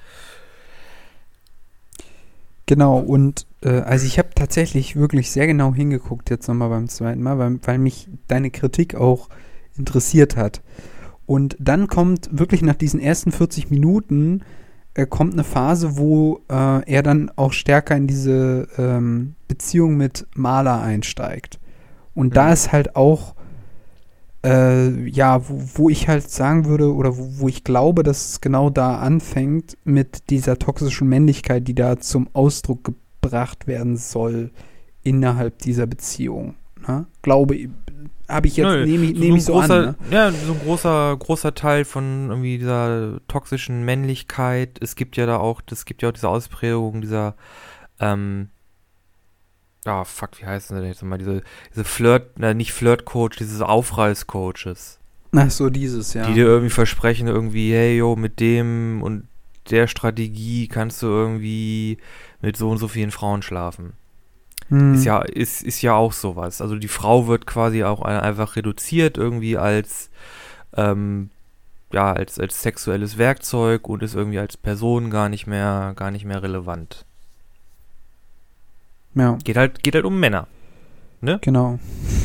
Speaker 1: Genau, und also ich habe tatsächlich wirklich sehr genau hingeguckt jetzt nochmal beim zweiten Mal, weil mich deine Kritik auch interessiert hat. Und dann kommt wirklich nach diesen ersten 40 Minuten kommt eine Phase, wo er dann auch stärker in diese Beziehung mit Marla einsteigt. Und da ist halt auch, wo ich halt sagen würde, oder wo ich glaube, dass es genau da anfängt mit dieser toxischen Männlichkeit, die da zum Ausdruck gebracht werden soll innerhalb dieser Beziehung. Ne? Glaube ich. Habe ich jetzt, nehme ich so an. Ne?
Speaker 2: Ja, so ein großer Teil von irgendwie dieser toxischen Männlichkeit. Es gibt ja auch diese Ausprägung dieser, wie heißen sie denn jetzt nochmal, diese nicht Flirt-Coach, diese Aufreiß-Coaches.
Speaker 1: Ach so, dieses, ja.
Speaker 2: Die dir irgendwie versprechen, irgendwie, hey, yo, mit dem und der Strategie kannst du irgendwie mit so und so vielen Frauen schlafen. Ist ja auch sowas. Also die Frau wird quasi auch einfach reduziert irgendwie als sexuelles Werkzeug und ist irgendwie als Person gar nicht mehr relevant.
Speaker 1: Ja.
Speaker 2: Geht halt um Männer. Ne?
Speaker 1: Genau.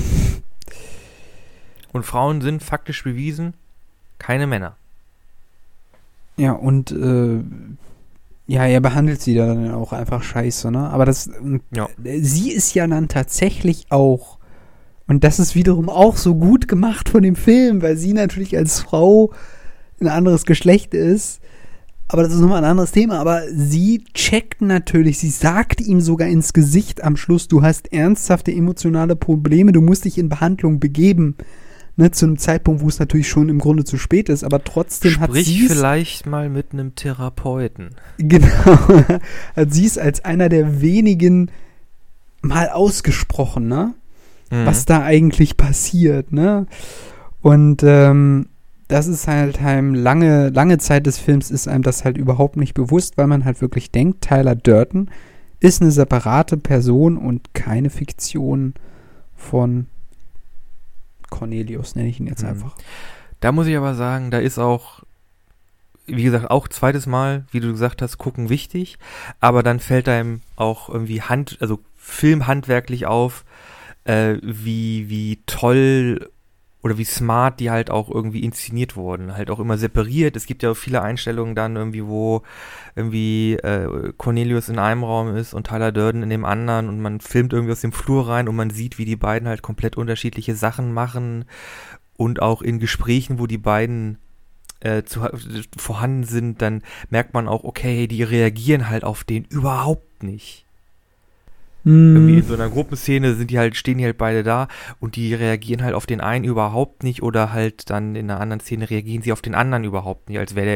Speaker 2: Und Frauen sind faktisch bewiesen keine Männer.
Speaker 1: Ja, und er behandelt sie dann auch einfach scheiße, ne? Aber sie ist ja dann tatsächlich auch, und das ist wiederum auch so gut gemacht von dem Film, weil sie natürlich als Frau ein anderes Geschlecht ist, aber das ist nochmal ein anderes Thema, aber sie checkt natürlich, sie sagt ihm sogar ins Gesicht am Schluss, du hast ernsthafte emotionale Probleme, du musst dich in Behandlung begeben. Ne, zu einem Zeitpunkt, wo es natürlich schon im Grunde zu spät ist, aber trotzdem hat sie
Speaker 2: Sprich vielleicht mal mit einem Therapeuten.
Speaker 1: Genau, hat sie es als einer der wenigen mal ausgesprochen, ne? Was da eigentlich passiert, ne? Und das ist halt lange Zeit des Films ist einem das halt überhaupt nicht bewusst, weil man halt wirklich denkt, Tyler Durden ist eine separate Person und keine Fiktion von Cornelius, nenne ich ihn jetzt einfach.
Speaker 2: Da muss ich aber sagen, da ist auch, wie gesagt, auch zweites Mal, wie du gesagt hast, gucken wichtig, aber dann fällt einem auch irgendwie filmhandwerklich auf, wie toll oder wie smart die halt auch irgendwie inszeniert wurden, halt auch immer separiert. Es gibt ja auch viele Einstellungen dann irgendwie, wo irgendwie Cornelius in einem Raum ist und Tyler Durden in dem anderen, und man filmt irgendwie aus dem Flur rein und man sieht, wie die beiden halt komplett unterschiedliche Sachen machen, und auch in Gesprächen, wo die beiden vorhanden sind, dann merkt man auch, okay, die reagieren halt auf den überhaupt nicht. Irgendwie in so einer Gruppenszene stehen die halt beide da und die reagieren halt auf den einen überhaupt nicht, oder halt dann in einer anderen Szene reagieren sie auf den anderen überhaupt nicht, als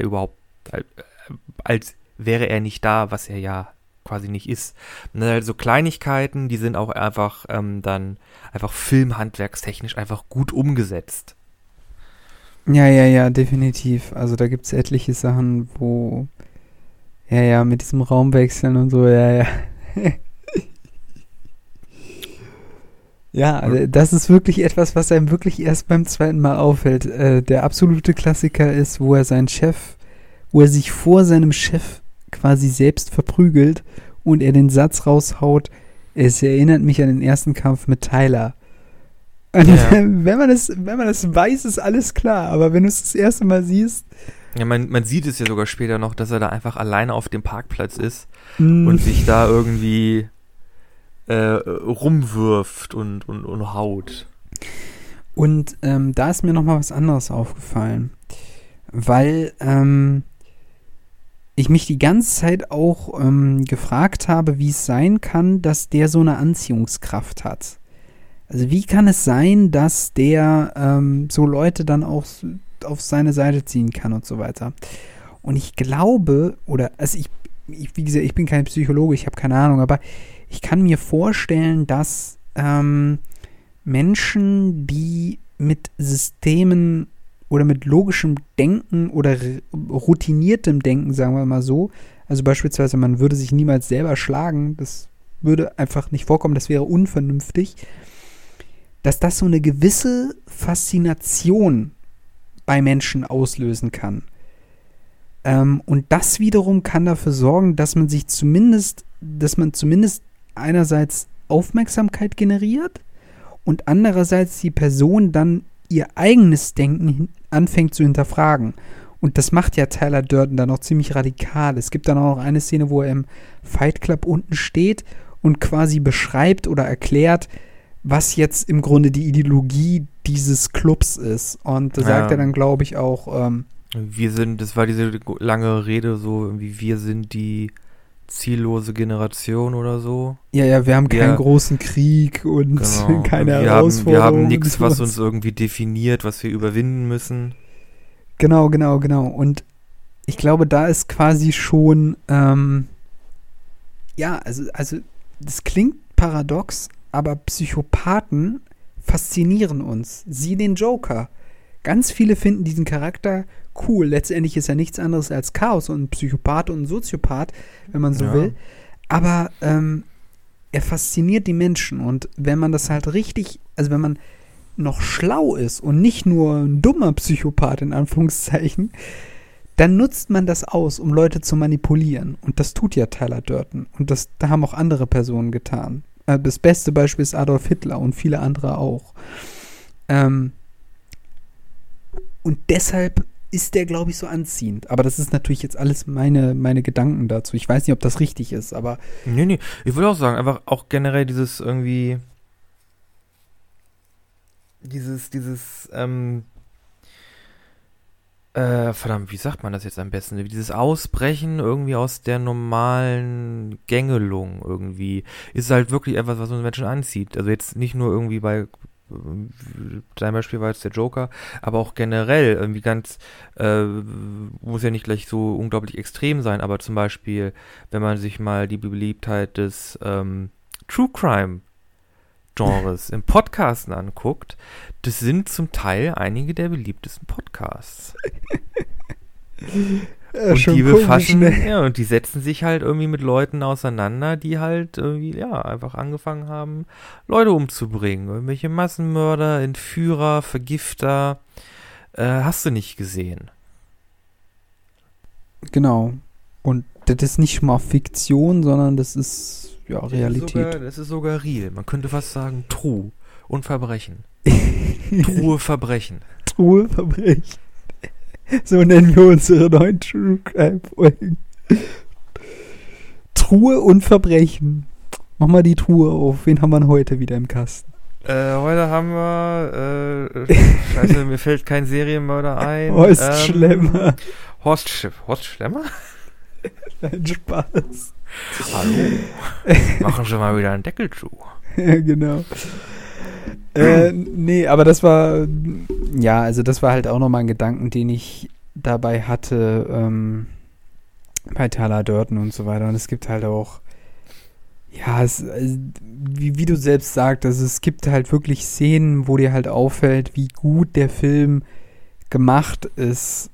Speaker 2: wäre er nicht da, was er ja quasi nicht ist. Und dann halt so Kleinigkeiten, die sind auch einfach dann einfach filmhandwerkstechnisch einfach gut umgesetzt.
Speaker 1: Ja, definitiv. Also da gibt es etliche Sachen, wo mit diesem Raumwechseln und so, ja. Ja, das ist wirklich etwas, was einem wirklich erst beim zweiten Mal auffällt. Der absolute Klassiker ist, wo er sich vor seinem Chef quasi selbst verprügelt und er den Satz raushaut, es erinnert mich an den ersten Kampf mit Tyler. Und wenn man das weiß, ist alles klar, aber wenn du es das erste Mal siehst.
Speaker 2: Ja, man sieht es ja sogar später noch, dass er da einfach alleine auf dem Parkplatz ist und sich da irgendwie rumwirft und haut.
Speaker 1: Und da ist mir nochmal was anderes aufgefallen, weil ich mich die ganze Zeit auch gefragt habe, wie es sein kann, dass der so eine Anziehungskraft hat. Also wie kann es sein, dass der so Leute dann auch auf seine Seite ziehen kann und so weiter. Und ich glaube, wie gesagt, ich bin kein Psychologe, ich habe keine Ahnung, aber ich kann mir vorstellen, dass Menschen, die mit Systemen oder mit logischem Denken oder routiniertem Denken, sagen wir mal so, also beispielsweise man würde sich niemals selber schlagen, das würde einfach nicht vorkommen, das wäre unvernünftig, dass das so eine gewisse Faszination bei Menschen auslösen kann. Und das wiederum kann dafür sorgen, dass man zumindest einerseits Aufmerksamkeit generiert und andererseits die Person dann ihr eigenes Denken anfängt zu hinterfragen. Und das macht ja Tyler Durden dann auch ziemlich radikal. Es gibt dann auch noch eine Szene, wo er im Fight Club unten steht und quasi beschreibt oder erklärt, was jetzt im Grunde die Ideologie dieses Clubs ist. Und da sagt er dann, glaube ich, auch
Speaker 2: das war diese lange Rede, so irgendwie, wir sind die ziellose Generation oder so.
Speaker 1: Ja, wir haben keinen großen Krieg und keine Herausforderungen.
Speaker 2: Wir haben nichts, was uns irgendwie definiert, was wir überwinden müssen.
Speaker 1: Genau. Und ich glaube, da ist quasi schon, also das klingt paradox, aber Psychopathen faszinieren uns. Sieh den Joker. Ganz viele finden diesen Charakter cool. Letztendlich ist er nichts anderes als Chaos und ein Psychopath und ein Soziopath, wenn man so will. Aber er fasziniert die Menschen. Und wenn man das halt richtig, also wenn man noch schlau ist und nicht nur ein dummer Psychopath in Anführungszeichen, dann nutzt man das aus, um Leute zu manipulieren. Und das tut ja Tyler Durden. Und da haben auch andere Personen getan. Das beste Beispiel ist Adolf Hitler und viele andere auch. Und deshalb ist der, glaube ich, so anziehend. Aber das ist natürlich jetzt alles meine Gedanken dazu. Ich weiß nicht, ob das richtig ist, aber...
Speaker 2: Nee. Ich würde auch sagen, einfach auch generell dieses irgendwie... verdammt, wie sagt man das jetzt am besten? Dieses Ausbrechen irgendwie aus der normalen Gängelung irgendwie ist halt wirklich etwas, was uns Menschen anzieht. Also jetzt nicht nur irgendwie dein Beispiel war jetzt der Joker, aber auch generell irgendwie ganz, muss ja nicht gleich so unglaublich extrem sein, aber zum Beispiel, wenn man sich mal die Beliebtheit des True Crime Genres im Podcasten anguckt, das sind zum Teil einige der beliebtesten Podcasts. Und die befassen, und die setzen sich halt irgendwie mit Leuten auseinander, die halt irgendwie, einfach angefangen haben, Leute umzubringen. Irgendwelche Massenmörder, Entführer, Vergifter, hast du nicht gesehen.
Speaker 1: Genau. Und das ist nicht mal Fiktion, sondern das ist Realität.
Speaker 2: Das ist sogar real. Man könnte fast sagen, True und Verbrechen. Truhe Verbrechen.
Speaker 1: Truhe Verbrechen. So nennen wir unsere neuen True Crime Folgen. Truhe und Verbrechen. Mach mal die Truhe auf. Wen haben wir heute wieder im Kasten?
Speaker 2: Heute haben wir scheiße, mir fällt kein Serienmörder ein.
Speaker 1: Horst Schlemmer.
Speaker 2: Horst Schlemmer?
Speaker 1: Nein, Spaß.
Speaker 2: Hallo. Machen Sie mal wieder einen Deckel zu.
Speaker 1: Ja, genau. Nee, aber das war, das war halt auch nochmal ein Gedanken, den ich dabei hatte, bei Tyler Durden und so weiter. Und es gibt halt auch, wie du selbst sagtest, es gibt halt wirklich Szenen, wo dir halt auffällt, wie gut der Film gemacht ist,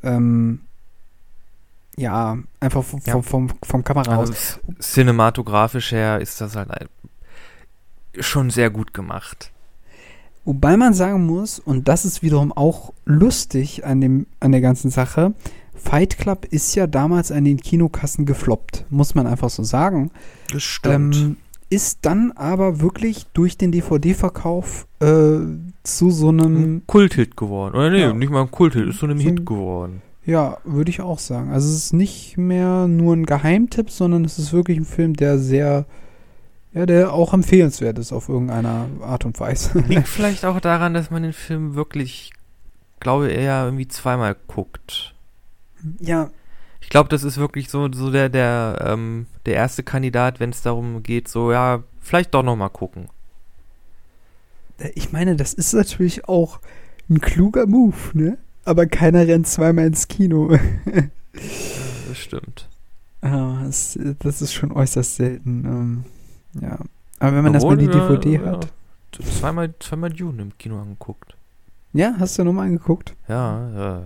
Speaker 1: einfach vom Kamera aus.
Speaker 2: Also cinematografisch her ist das halt schon sehr gut gemacht.
Speaker 1: Wobei man sagen muss, und das ist wiederum auch lustig an der ganzen Sache, Fight Club ist ja damals an den Kinokassen gefloppt, muss man einfach so sagen.
Speaker 2: Das stimmt.
Speaker 1: Ist dann aber wirklich durch den DVD-Verkauf zu so einem
Speaker 2: Kulthit geworden. Oder nicht mal ein Kulthit, ist so einem Hit geworden.
Speaker 1: Ja, würde ich auch sagen. Also es ist nicht mehr nur ein Geheimtipp, sondern es ist wirklich ein Film, der der auch empfehlenswert ist auf irgendeine Art und Weise.
Speaker 2: Liegt vielleicht auch daran, dass man den Film wirklich, glaube ich, eher irgendwie zweimal guckt.
Speaker 1: Ja.
Speaker 2: Ich glaube, das ist wirklich so der erste Kandidat, wenn es darum geht, vielleicht doch nochmal gucken.
Speaker 1: Ich meine, das ist natürlich auch ein kluger Move, ne? Aber keiner rennt zweimal ins Kino.
Speaker 2: Ja, das stimmt.
Speaker 1: Das ist schon äußerst selten. Ja. Aber wenn man erstmal die DVD hat.
Speaker 2: Zweimal Dune im Kino angeguckt.
Speaker 1: Ja, hast du nochmal angeguckt?
Speaker 2: Ja.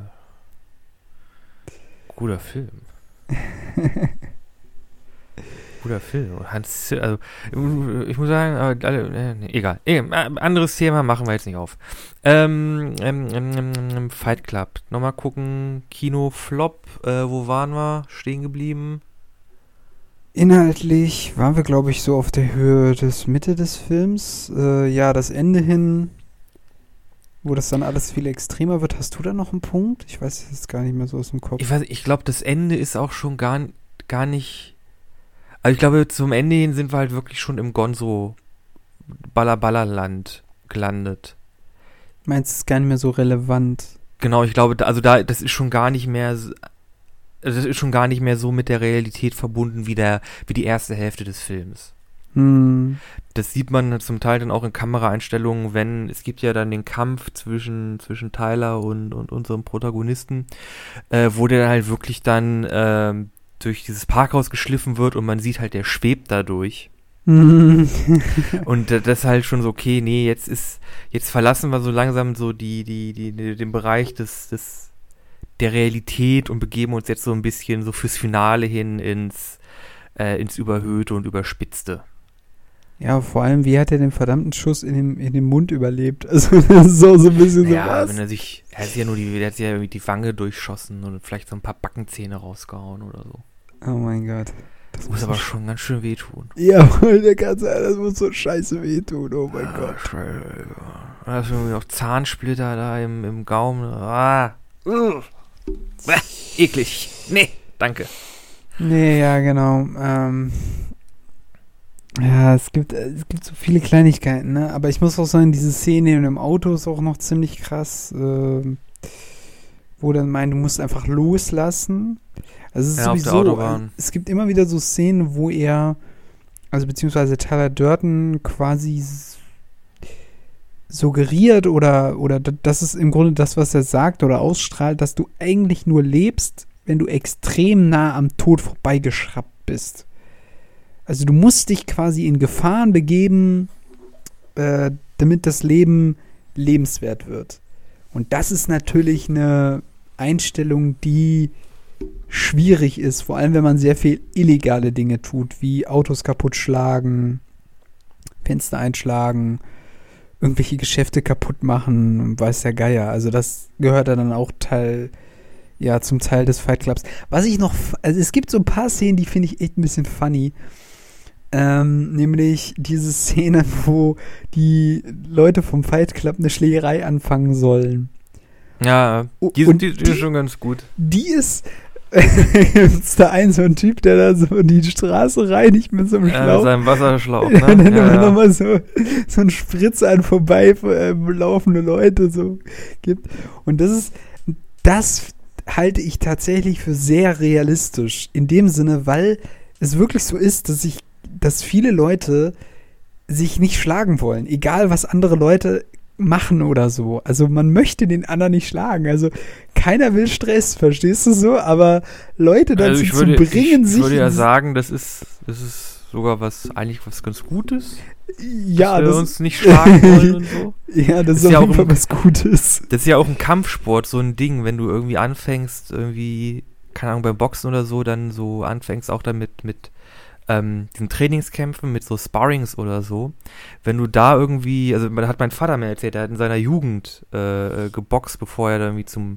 Speaker 2: Guter Film. Guter Film. Also, ich muss sagen, egal. Anderes Thema machen wir jetzt nicht auf. Fight Club. Nochmal gucken. Kino Flop. Wo waren wir? Stehen geblieben?
Speaker 1: Inhaltlich waren wir, glaube ich, so auf der Höhe des Mitte des Films. Das Ende hin, wo das dann alles viel extremer wird. Hast du da noch einen Punkt? Ich weiß jetzt gar nicht mehr so aus dem Kopf.
Speaker 2: Ich glaube, das Ende ist auch schon gar nicht. Also ich glaube, zum Ende hin sind wir halt wirklich schon im Gonzo-Ballerland gelandet.
Speaker 1: Meinst du, es ist gar nicht mehr so relevant?
Speaker 2: Genau, ich glaube, das ist schon gar nicht mehr. Das ist schon gar nicht mehr so mit der Realität verbunden wie die erste Hälfte des Films. Das sieht man zum Teil dann auch in Kameraeinstellungen, es gibt ja dann den Kampf zwischen Tyler und unserem Protagonisten, wo der halt wirklich dann durch dieses Parkhaus geschliffen wird und man sieht halt, der schwebt dadurch. Und das ist halt schon so, okay, nee, jetzt verlassen wir so langsam so den Bereich der Realität und begeben uns jetzt so ein bisschen so fürs Finale hin ins Überhöhte und Überspitzte.
Speaker 1: Ja, vor allem, wie hat er den verdammten Schuss in dem Mund überlebt? Also, das ist so ein bisschen so was.
Speaker 2: Er hat sich ja irgendwie die Wange durchschossen und vielleicht so ein paar Backenzähne rausgehauen oder so.
Speaker 1: Oh mein Gott.
Speaker 2: Das muss aber schon ganz schön wehtun.
Speaker 1: Ja, der ganze, das muss so scheiße wehtun, oh mein Gott.
Speaker 2: Da ist irgendwie noch Zahnsplitter da im Gaumen. Eklig. Nee, danke.
Speaker 1: Nee, ja, genau. Ja, es gibt so viele Kleinigkeiten, ne? Aber ich muss auch sagen, diese Szene in dem Auto ist auch noch ziemlich krass, wo dann meint, du musst einfach loslassen. Also es ist sowieso, es gibt immer wieder so Szenen, wo beziehungsweise Tyler Durden quasi suggeriert oder das ist im Grunde das, was er sagt oder ausstrahlt, dass du eigentlich nur lebst, wenn du extrem nah am Tod vorbeigeschraubt bist. Also du musst dich quasi in Gefahren begeben, damit das Leben lebenswert wird. Und das ist natürlich eine Einstellung, die schwierig ist, vor allem wenn man sehr viel illegale Dinge tut, wie Autos kaputt schlagen, Fenster einschlagen, irgendwelche Geschäfte kaputt machen, weiß der Geier. Also das gehört dann auch zum Teil des Fight Clubs. Also es gibt so ein paar Szenen, die finde ich echt ein bisschen funny. Nämlich diese Szene, wo die Leute vom Fight Club eine Schlägerei anfangen sollen.
Speaker 2: Ja, die sind schon ganz gut.
Speaker 1: Die ist ist da so ein Typ, der da so die Straße reinigt mit so einem Schlauch.
Speaker 2: Mit seinem Wasserschlauch, ne?
Speaker 1: Und dann nochmal so ein Spritz an laufende Leute so gibt. Und das halte ich tatsächlich für sehr realistisch. In dem Sinne, weil es wirklich so ist, dass viele Leute sich nicht schlagen wollen. Egal, was andere Leute machen oder so. Also man möchte den anderen nicht schlagen. Also keiner will Stress, verstehst du so? Aber Leute dazu zu bringen, sich...
Speaker 2: Ich würde ja sagen, das ist sogar eigentlich was ganz Gutes.
Speaker 1: Ja,
Speaker 2: dass wir uns nicht schlagen wollen und so.
Speaker 1: Ja, das ist auf jeden Fall was Gutes.
Speaker 2: Das ist ja auch im Kampfsport so ein Ding, wenn du irgendwie anfängst, keine Ahnung, beim Boxen oder so, dann so anfängst auch damit mit diesen Trainingskämpfen, mit so Sparrings oder so, wenn du da irgendwie, also hat mein Vater mir erzählt, der hat in seiner Jugend geboxt, bevor er dann irgendwie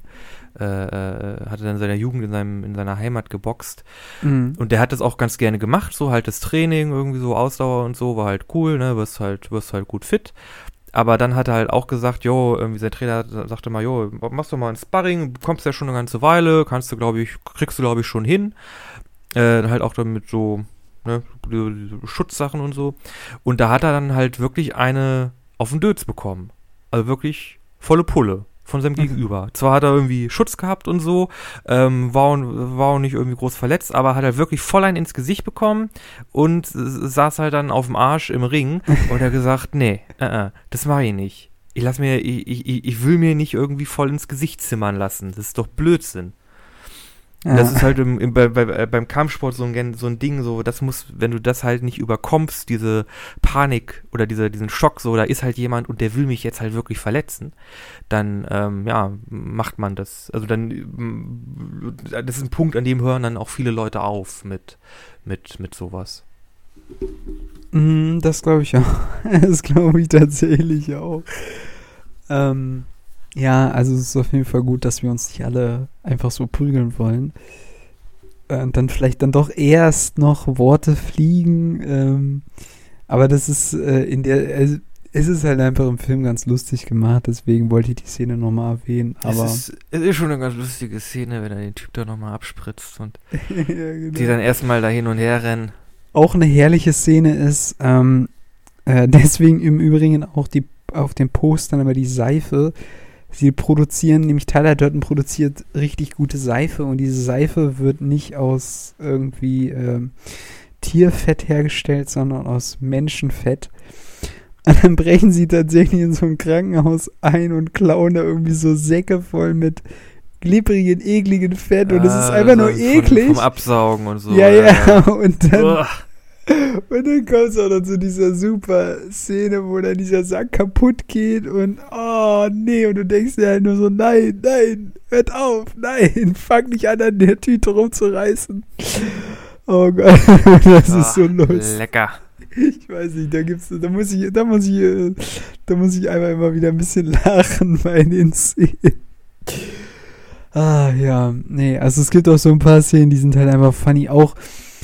Speaker 2: hatte dann in seiner Jugend in seiner Heimat geboxt. Mhm. Und der hat das auch ganz gerne gemacht, so halt das Training, irgendwie so Ausdauer und so, war halt cool, ne, wirst halt gut fit. Aber dann hat er halt auch gesagt, irgendwie sein Trainer sagte mal, machst du mal ein Sparring, kommst ja schon eine ganze Weile, kriegst du, glaube ich, schon hin. Halt auch damit so, ne, Schutzsachen und so. Und da hat er dann halt wirklich eine auf den Dötz bekommen. Also wirklich volle Pulle von seinem Gegenüber. Zwar hat er irgendwie Schutz gehabt und so, war auch nicht irgendwie groß verletzt, aber hat er wirklich voll einen ins Gesicht bekommen und saß halt dann auf dem Arsch im Ring und hat gesagt, nee, das mache ich nicht. Ich will mir nicht irgendwie voll ins Gesicht zimmern lassen. Das ist doch Blödsinn. Ja. Das ist halt beim Kampfsport so ein Ding, so, das muss, wenn du das halt nicht überkommst, diese Panik oder diesen Schock, so, da ist halt jemand und der will mich jetzt halt wirklich verletzen, dann, macht man das. Also dann, das ist ein Punkt, an dem hören dann auch viele Leute auf mit sowas.
Speaker 1: Das glaube ich auch. Das glaube ich tatsächlich auch. Ja, also es ist auf jeden Fall gut, dass wir uns nicht alle einfach so prügeln wollen. Und dann vielleicht dann doch erst noch Worte fliegen. Aber das ist es ist halt einfach im Film ganz lustig gemacht, deswegen wollte ich die Szene nochmal erwähnen. Aber
Speaker 2: es ist schon eine ganz lustige Szene, wenn er den Typ da nochmal abspritzt und
Speaker 1: ja, genau.
Speaker 2: die dann erstmal da hin und her rennen.
Speaker 1: Auch eine herrliche Szene ist, deswegen im Übrigen auch auf dem Postern immer die Seife. Sie produzieren, nämlich Tyler Durden produziert richtig gute Seife und diese Seife wird nicht aus irgendwie Tierfett hergestellt, sondern aus Menschenfett. Und dann brechen sie tatsächlich in so ein Krankenhaus ein und klauen da irgendwie so Säcke voll mit glibbrigen, ekligen Fett und es ist einfach nur eklig.
Speaker 2: Vom Absaugen und so.
Speaker 1: Ja. Und dann kommst du auch noch zu dieser super Szene, wo dann dieser Sack kaputt geht und oh nee, und du denkst dir halt nur so, nein, hört auf, nein, fang nicht an der Tüte rumzureißen. Oh Gott, das ist so lustig.
Speaker 2: Lecker.
Speaker 1: Ich weiß nicht, da muss ich einfach immer wieder ein bisschen lachen bei den Szenen. Ja, nee, also es gibt auch so ein paar Szenen, die sind halt einfach funny. Auch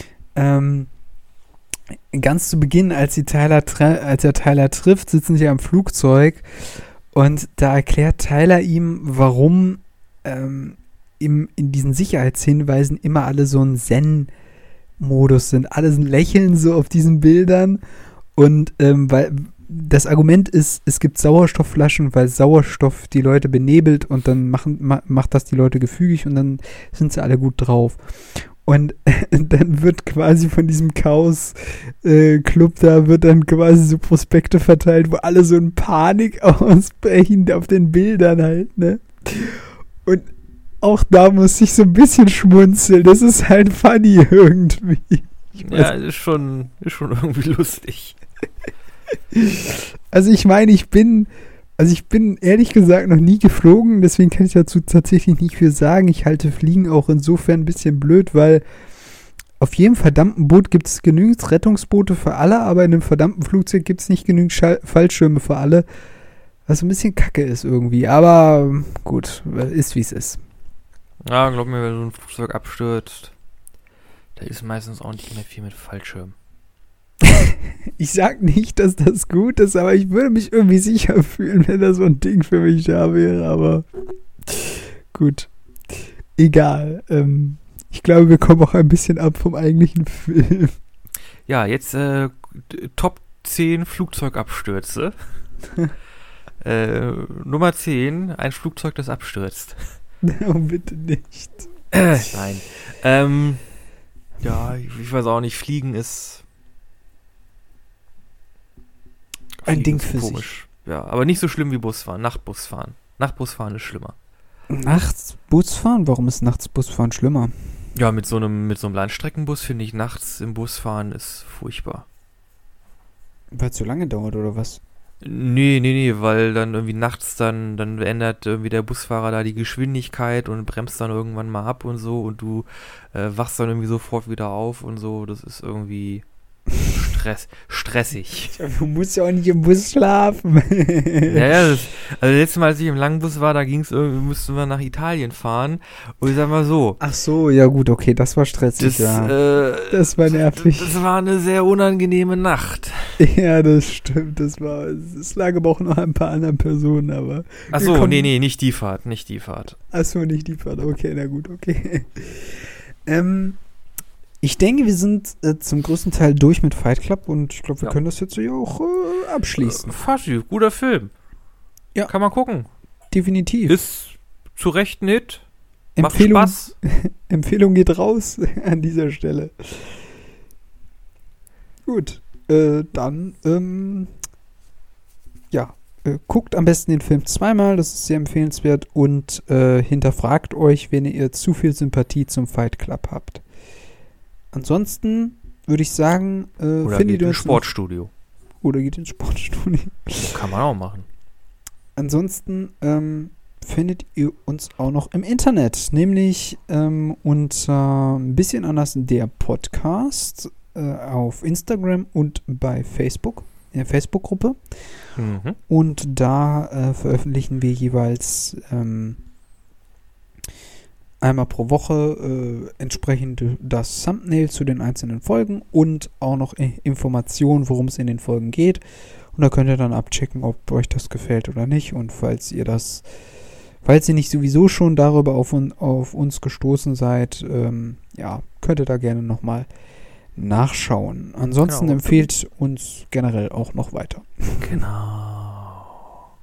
Speaker 1: ganz zu Beginn, als er Tyler trifft, sitzen sie am Flugzeug und da erklärt Tyler ihm, warum in diesen Sicherheitshinweisen immer alle so ein Zen-Modus sind. Alle lächeln so auf diesen Bildern und weil das Argument ist, es gibt Sauerstoffflaschen, weil Sauerstoff die Leute benebelt und dann macht das die Leute gefügig und dann sind sie alle gut drauf. Und dann wird quasi von diesem Chaos-Club da wird dann quasi so Prospekte verteilt, wo alle so in Panik ausbrechen auf den Bildern halt, ne? Und auch da muss ich so ein bisschen schmunzeln. Das ist halt funny irgendwie.
Speaker 2: Ja, ist schon irgendwie lustig.
Speaker 1: Also ich meine, ich bin ehrlich gesagt noch nie geflogen, deswegen kann ich dazu tatsächlich nicht viel sagen. Ich halte Fliegen auch insofern ein bisschen blöd, weil auf jedem verdammten Boot gibt es genügend Rettungsboote für alle, aber in einem verdammten Flugzeug gibt es nicht genügend Fallschirme für alle, was ein bisschen kacke ist irgendwie. Aber gut, ist wie es ist.
Speaker 2: Ja, glaub mir, wenn so ein Flugzeug abstürzt, da ist meistens auch nicht mehr viel mit Fallschirm.
Speaker 1: Ich sag nicht, dass das gut ist, aber ich würde mich irgendwie sicher fühlen, wenn da so ein Ding für mich da wäre, aber gut. Egal. Ich glaube, wir kommen auch ein bisschen ab vom eigentlichen Film.
Speaker 2: Ja, jetzt Top 10 Flugzeugabstürze. Nummer 10, ein Flugzeug, das abstürzt.
Speaker 1: Oh, bitte nicht.
Speaker 2: Nein. Ja, ich weiß auch nicht, Fliegen ist
Speaker 1: ein Ding für
Speaker 2: komisch. Sich. Ja, aber nicht so schlimm wie Busfahren. Nachtbusfahren. Nachtbusfahren ist schlimmer.
Speaker 1: Nachts Busfahren? Warum ist nachts Busfahren schlimmer?
Speaker 2: Ja, mit so einem Landstreckenbus finde ich nachts im Busfahren ist furchtbar.
Speaker 1: Weil es so lange dauert, oder was?
Speaker 2: Nee, weil dann irgendwie nachts dann ändert irgendwie der Busfahrer da die Geschwindigkeit und bremst dann irgendwann mal ab und so und du wachst dann irgendwie sofort wieder auf und so. Das ist irgendwie stressig.
Speaker 1: Du musst ja auch nicht im Bus schlafen.
Speaker 2: Ja, also letztes Mal, als ich im Langbus war, mussten wir nach Italien fahren und ich sag mal so.
Speaker 1: Ach so, ja gut, okay, das war stressig, das war nervig.
Speaker 2: Das war eine sehr unangenehme Nacht.
Speaker 1: Ja, das stimmt, es lag aber auch noch ein paar anderen Personen, aber.
Speaker 2: Ach so, nee, nicht die Fahrt.
Speaker 1: Ach so, nicht die Fahrt, okay, na gut, okay. Ich denke, wir sind zum größten Teil durch mit Fight Club und ich glaube, wir können das jetzt hier auch abschließen.
Speaker 2: Faschi, guter Film. Ja. Kann man gucken.
Speaker 1: Definitiv.
Speaker 2: Ist zu Recht ein Hit. Macht Spaß.
Speaker 1: Empfehlung geht raus an dieser Stelle. Gut, dann, guckt am besten den Film zweimal, das ist sehr empfehlenswert, und hinterfragt euch, wenn ihr zu viel Sympathie zum Fight Club habt. Ansonsten würde ich sagen,
Speaker 2: oder geht ins Sportstudio.
Speaker 1: Oder geht ins Sportstudio.
Speaker 2: Kann man auch machen.
Speaker 1: Ansonsten findet ihr uns auch noch im Internet, nämlich unter ein bisschen anders der Podcast auf Instagram und bei Facebook, in der Facebook-Gruppe. Mhm. Und da veröffentlichen wir jeweils einmal pro Woche entsprechend das Thumbnail zu den einzelnen Folgen und auch noch Informationen, worum es in den Folgen geht. Und da könnt ihr dann abchecken, ob euch das gefällt oder nicht. Und falls ihr nicht sowieso schon darüber auf uns gestoßen seid, könnt ihr da gerne nochmal nachschauen. Ansonsten empfehlt uns generell auch noch weiter.
Speaker 2: Genau.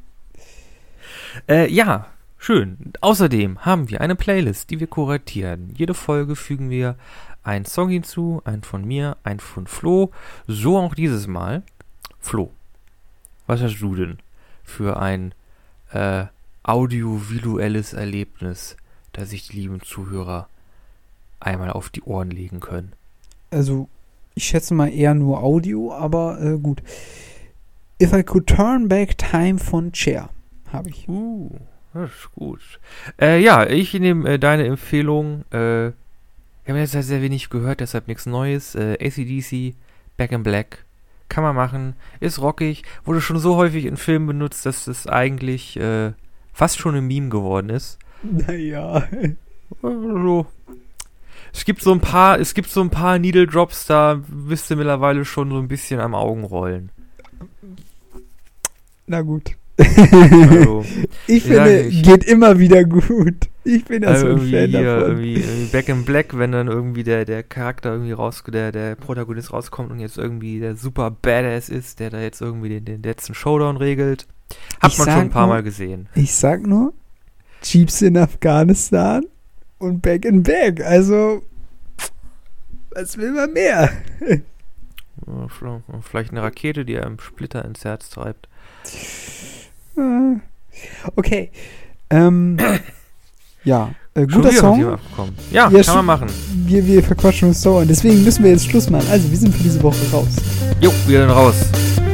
Speaker 2: Schön. Außerdem haben wir eine Playlist, die wir kuratieren. Jede Folge fügen wir einen Song hinzu, einen von mir, einen von Flo. So auch dieses Mal. Flo, was hast du denn für ein audiovisuelles Erlebnis, das sich die lieben Zuhörer einmal auf die Ohren legen können?
Speaker 1: Also, ich schätze mal eher nur Audio, aber gut. If I Could Turn Back Time von Cher habe ich.
Speaker 2: Das ist gut. Ich nehme deine Empfehlung. Wir haben jetzt sehr wenig gehört, deshalb nichts Neues. AC/DC, Back in Black. Kann man machen. Ist rockig. Wurde schon so häufig in Filmen benutzt, dass es eigentlich fast schon ein Meme geworden ist.
Speaker 1: Naja.
Speaker 2: Also, es gibt so ein paar Needle Drops, da bist du mittlerweile schon so ein bisschen am Augenrollen.
Speaker 1: Na gut. Also, ich finde, geht immer wieder gut. Ich bin da so ein Fan davon.
Speaker 2: Irgendwie Back in Black, wenn dann irgendwie der Charakter irgendwie der Protagonist rauskommt und jetzt irgendwie der super Badass ist, der da jetzt irgendwie den letzten Showdown regelt. Hat man schon ein paar Mal gesehen.
Speaker 1: Ich sag nur, Jeeps in Afghanistan und Back in Black. Also, was will man mehr?
Speaker 2: Vielleicht eine Rakete, die einem Splitter ins Herz treibt.
Speaker 1: Okay. Guter Song.
Speaker 2: Ja, kann man machen.
Speaker 1: Wir verquatschen uns so und deswegen müssen wir jetzt Schluss machen. Also, wir sind für diese Woche raus.
Speaker 2: Jo, wir sind raus.